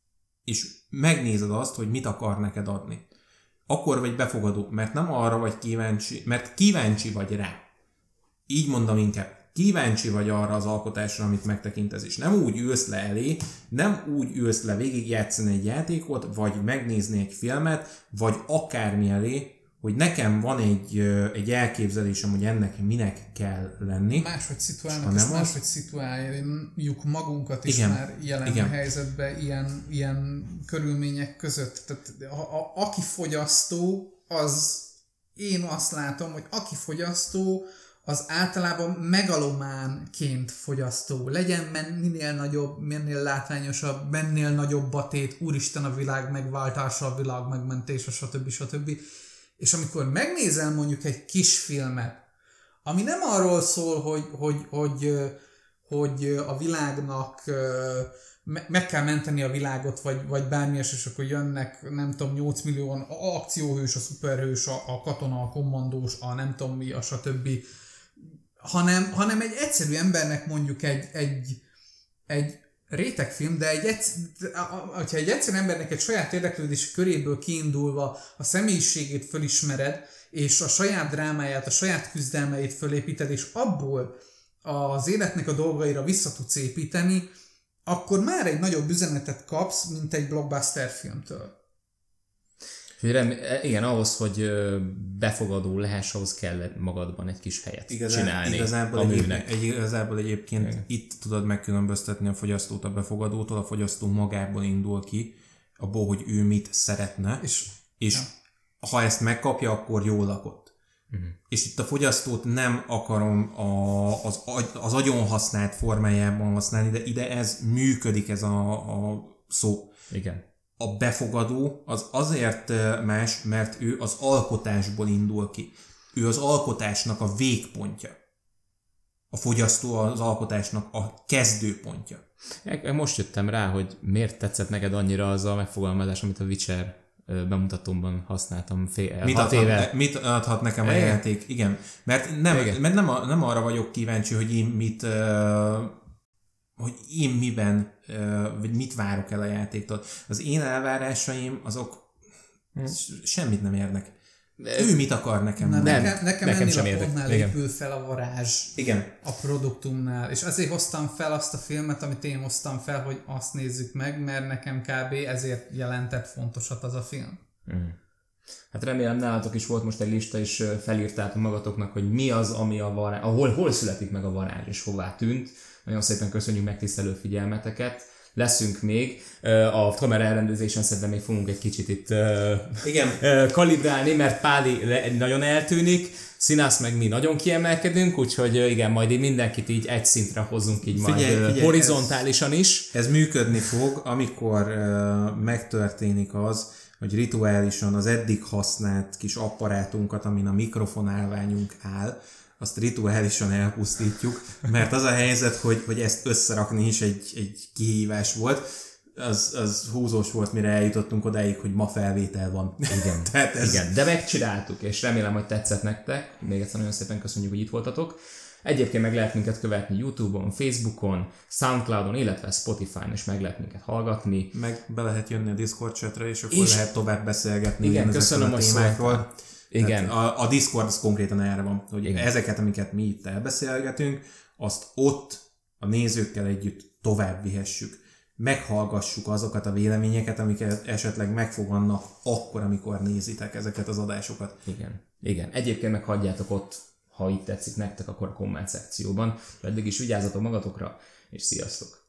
és megnézed azt, hogy mit akar neked adni. Akkor vagy befogadó, mert nem arra vagy kíváncsi, mert kíváncsi vagy rá. Így mondom inkább. Kíváncsi vagy arra az alkotásra, amit megtekintesz, és nem úgy ülsz le elé, nem úgy ülsz le végigjátszani egy játékot, vagy megnézni egy filmet, vagy akármi elé, hogy nekem van egy, egy elképzelésem, hogy ennek minek kell lenni. Máshogy szituálnak, és máshogy szituáljuk magunkat is igen, már jelen igen. helyzetben, ilyen, ilyen körülmények között. Tehát a, a, aki fogyasztó, az én azt látom, hogy aki fogyasztó, az általában megalománként fogyasztó. Legyen minél nagyobb, minél látványosabb, minél nagyobb a tét, úristen a világ megváltása, a világ megmentése, stb. stb. És amikor megnézel mondjuk egy kis filmet, ami nem arról szól, hogy, hogy, hogy, hogy a világnak meg kell menteni a világot, vagy, vagy bármi, és akkor jönnek, nem tudom, nyolc millióan a akcióhős, a szuperhős, a, a katona, a kommandós, a nem tudom mi, a stb. Hanem, hanem egy egyszerű embernek mondjuk egy, egy, egy rétegfilm, de egy egysz, hogyha egy egyszerű embernek egy saját érdeklődési köréből kiindulva a személyiségét fölismered, és a saját drámáját, a saját küzdelmeit fölépíted, és abból az életnek a dolgaira vissza tudsz építeni, akkor már egy nagyobb üzenetet kapsz, mint egy blockbuster filmtől. Igen, ahhoz, hogy befogadó lehess, ahhoz kell magadban egy kis helyet Igazán, csinálni igazából a műnek. Egy, igazából egyébként igen. itt tudod megkülönböztetni a fogyasztót a befogadótól, a fogyasztó magából indul ki, abból, hogy ő mit szeretne, és, és ja. ha ezt megkapja, akkor jól lakott. Uh-huh. És itt a fogyasztót nem akarom a, az, az agyon használt formájában használni, de ide ez működik, ez a, a szó. Igen. A befogadó az azért más, mert ő az alkotásból indul ki. Ő az alkotásnak a végpontja. A fogyasztó az alkotásnak a kezdőpontja. Most jöttem rá, hogy miért tetszett neked annyira az a megfogalmazás, amit a Witcher bemutatómban használtam fél, mit, hat adhat, éve. mit adhat nekem a játék? Igen. Mert nem, mert nem, a, nem arra vagyok kíváncsi, hogy én mit uh, hogy én miben uh, vagy mit várok el a játéktól. Az én elvárásaim azok hmm. semmit nem érnek. Ő mit akar nekem? Na, nem, nekem, nekem, nekem sem ennél a pontnál épül fel a varázs. Igen. A produktumnál. És azért hoztam fel azt a filmet, amit én hoztam fel, hogy azt nézzük meg, mert nekem kb. Ezért jelentett fontosat az a film. Mm. Hát remélem nálatok is volt most egy lista, és felírtátok magatoknak, hogy mi az, ami a varázs, ahol hol születik meg a varázs, és hová tűnt. Nagyon szépen köszönjük megtisztelő figyelmeteket. Leszünk még. A kamera elrendezésen szerintem még fogunk egy kicsit itt igen. kalibrálni, mert Páli nagyon eltűnik, Színász meg mi nagyon kiemelkedünk, úgyhogy igen, majd így mindenkit így egy szintre hozzunk így figyelj, majd figyelj, horizontálisan ez, is. Ez működni fog, amikor uh, megtörténik az, hogy rituálisan az eddig használt kis apparátunkat, amin a mikrofonálványunk áll, azt rituálisan elpusztítjuk, mert az a helyzet, hogy, hogy ezt összerakni is egy, egy kihívás volt, az, az húzós volt, mire eljutottunk odáig, hogy ma felvétel van. Igen, Tehát ez... igen, de megcsináltuk, és remélem, hogy tetszett nektek. Még egyszer nagyon szépen köszönjük, hogy itt voltatok. Egyébként meg lehet minket követni YouTube-on, Facebookon, Soundcloudon, illetve Spotify-on is meg lehet minket hallgatni. Meg be lehet jönni a Discord chatre, és akkor és... lehet tovább beszélgetni. Igen, köszönöm, hogy témákról. Igen. A, a Discord az konkrétan erre van, hogy igen. ezeket, amiket mi itt elbeszélgetünk, azt ott a nézőkkel együtt tovább vihessük. Meghallgassuk azokat a véleményeket, amiket esetleg megfogannak akkor, amikor nézitek ezeket az adásokat. Igen. Igen. Egyébként meg hagyjátok ott, ha itt tetszik nektek, akkor a komment szekcióban. Eddig is vigyázzatok magatokra, és sziasztok!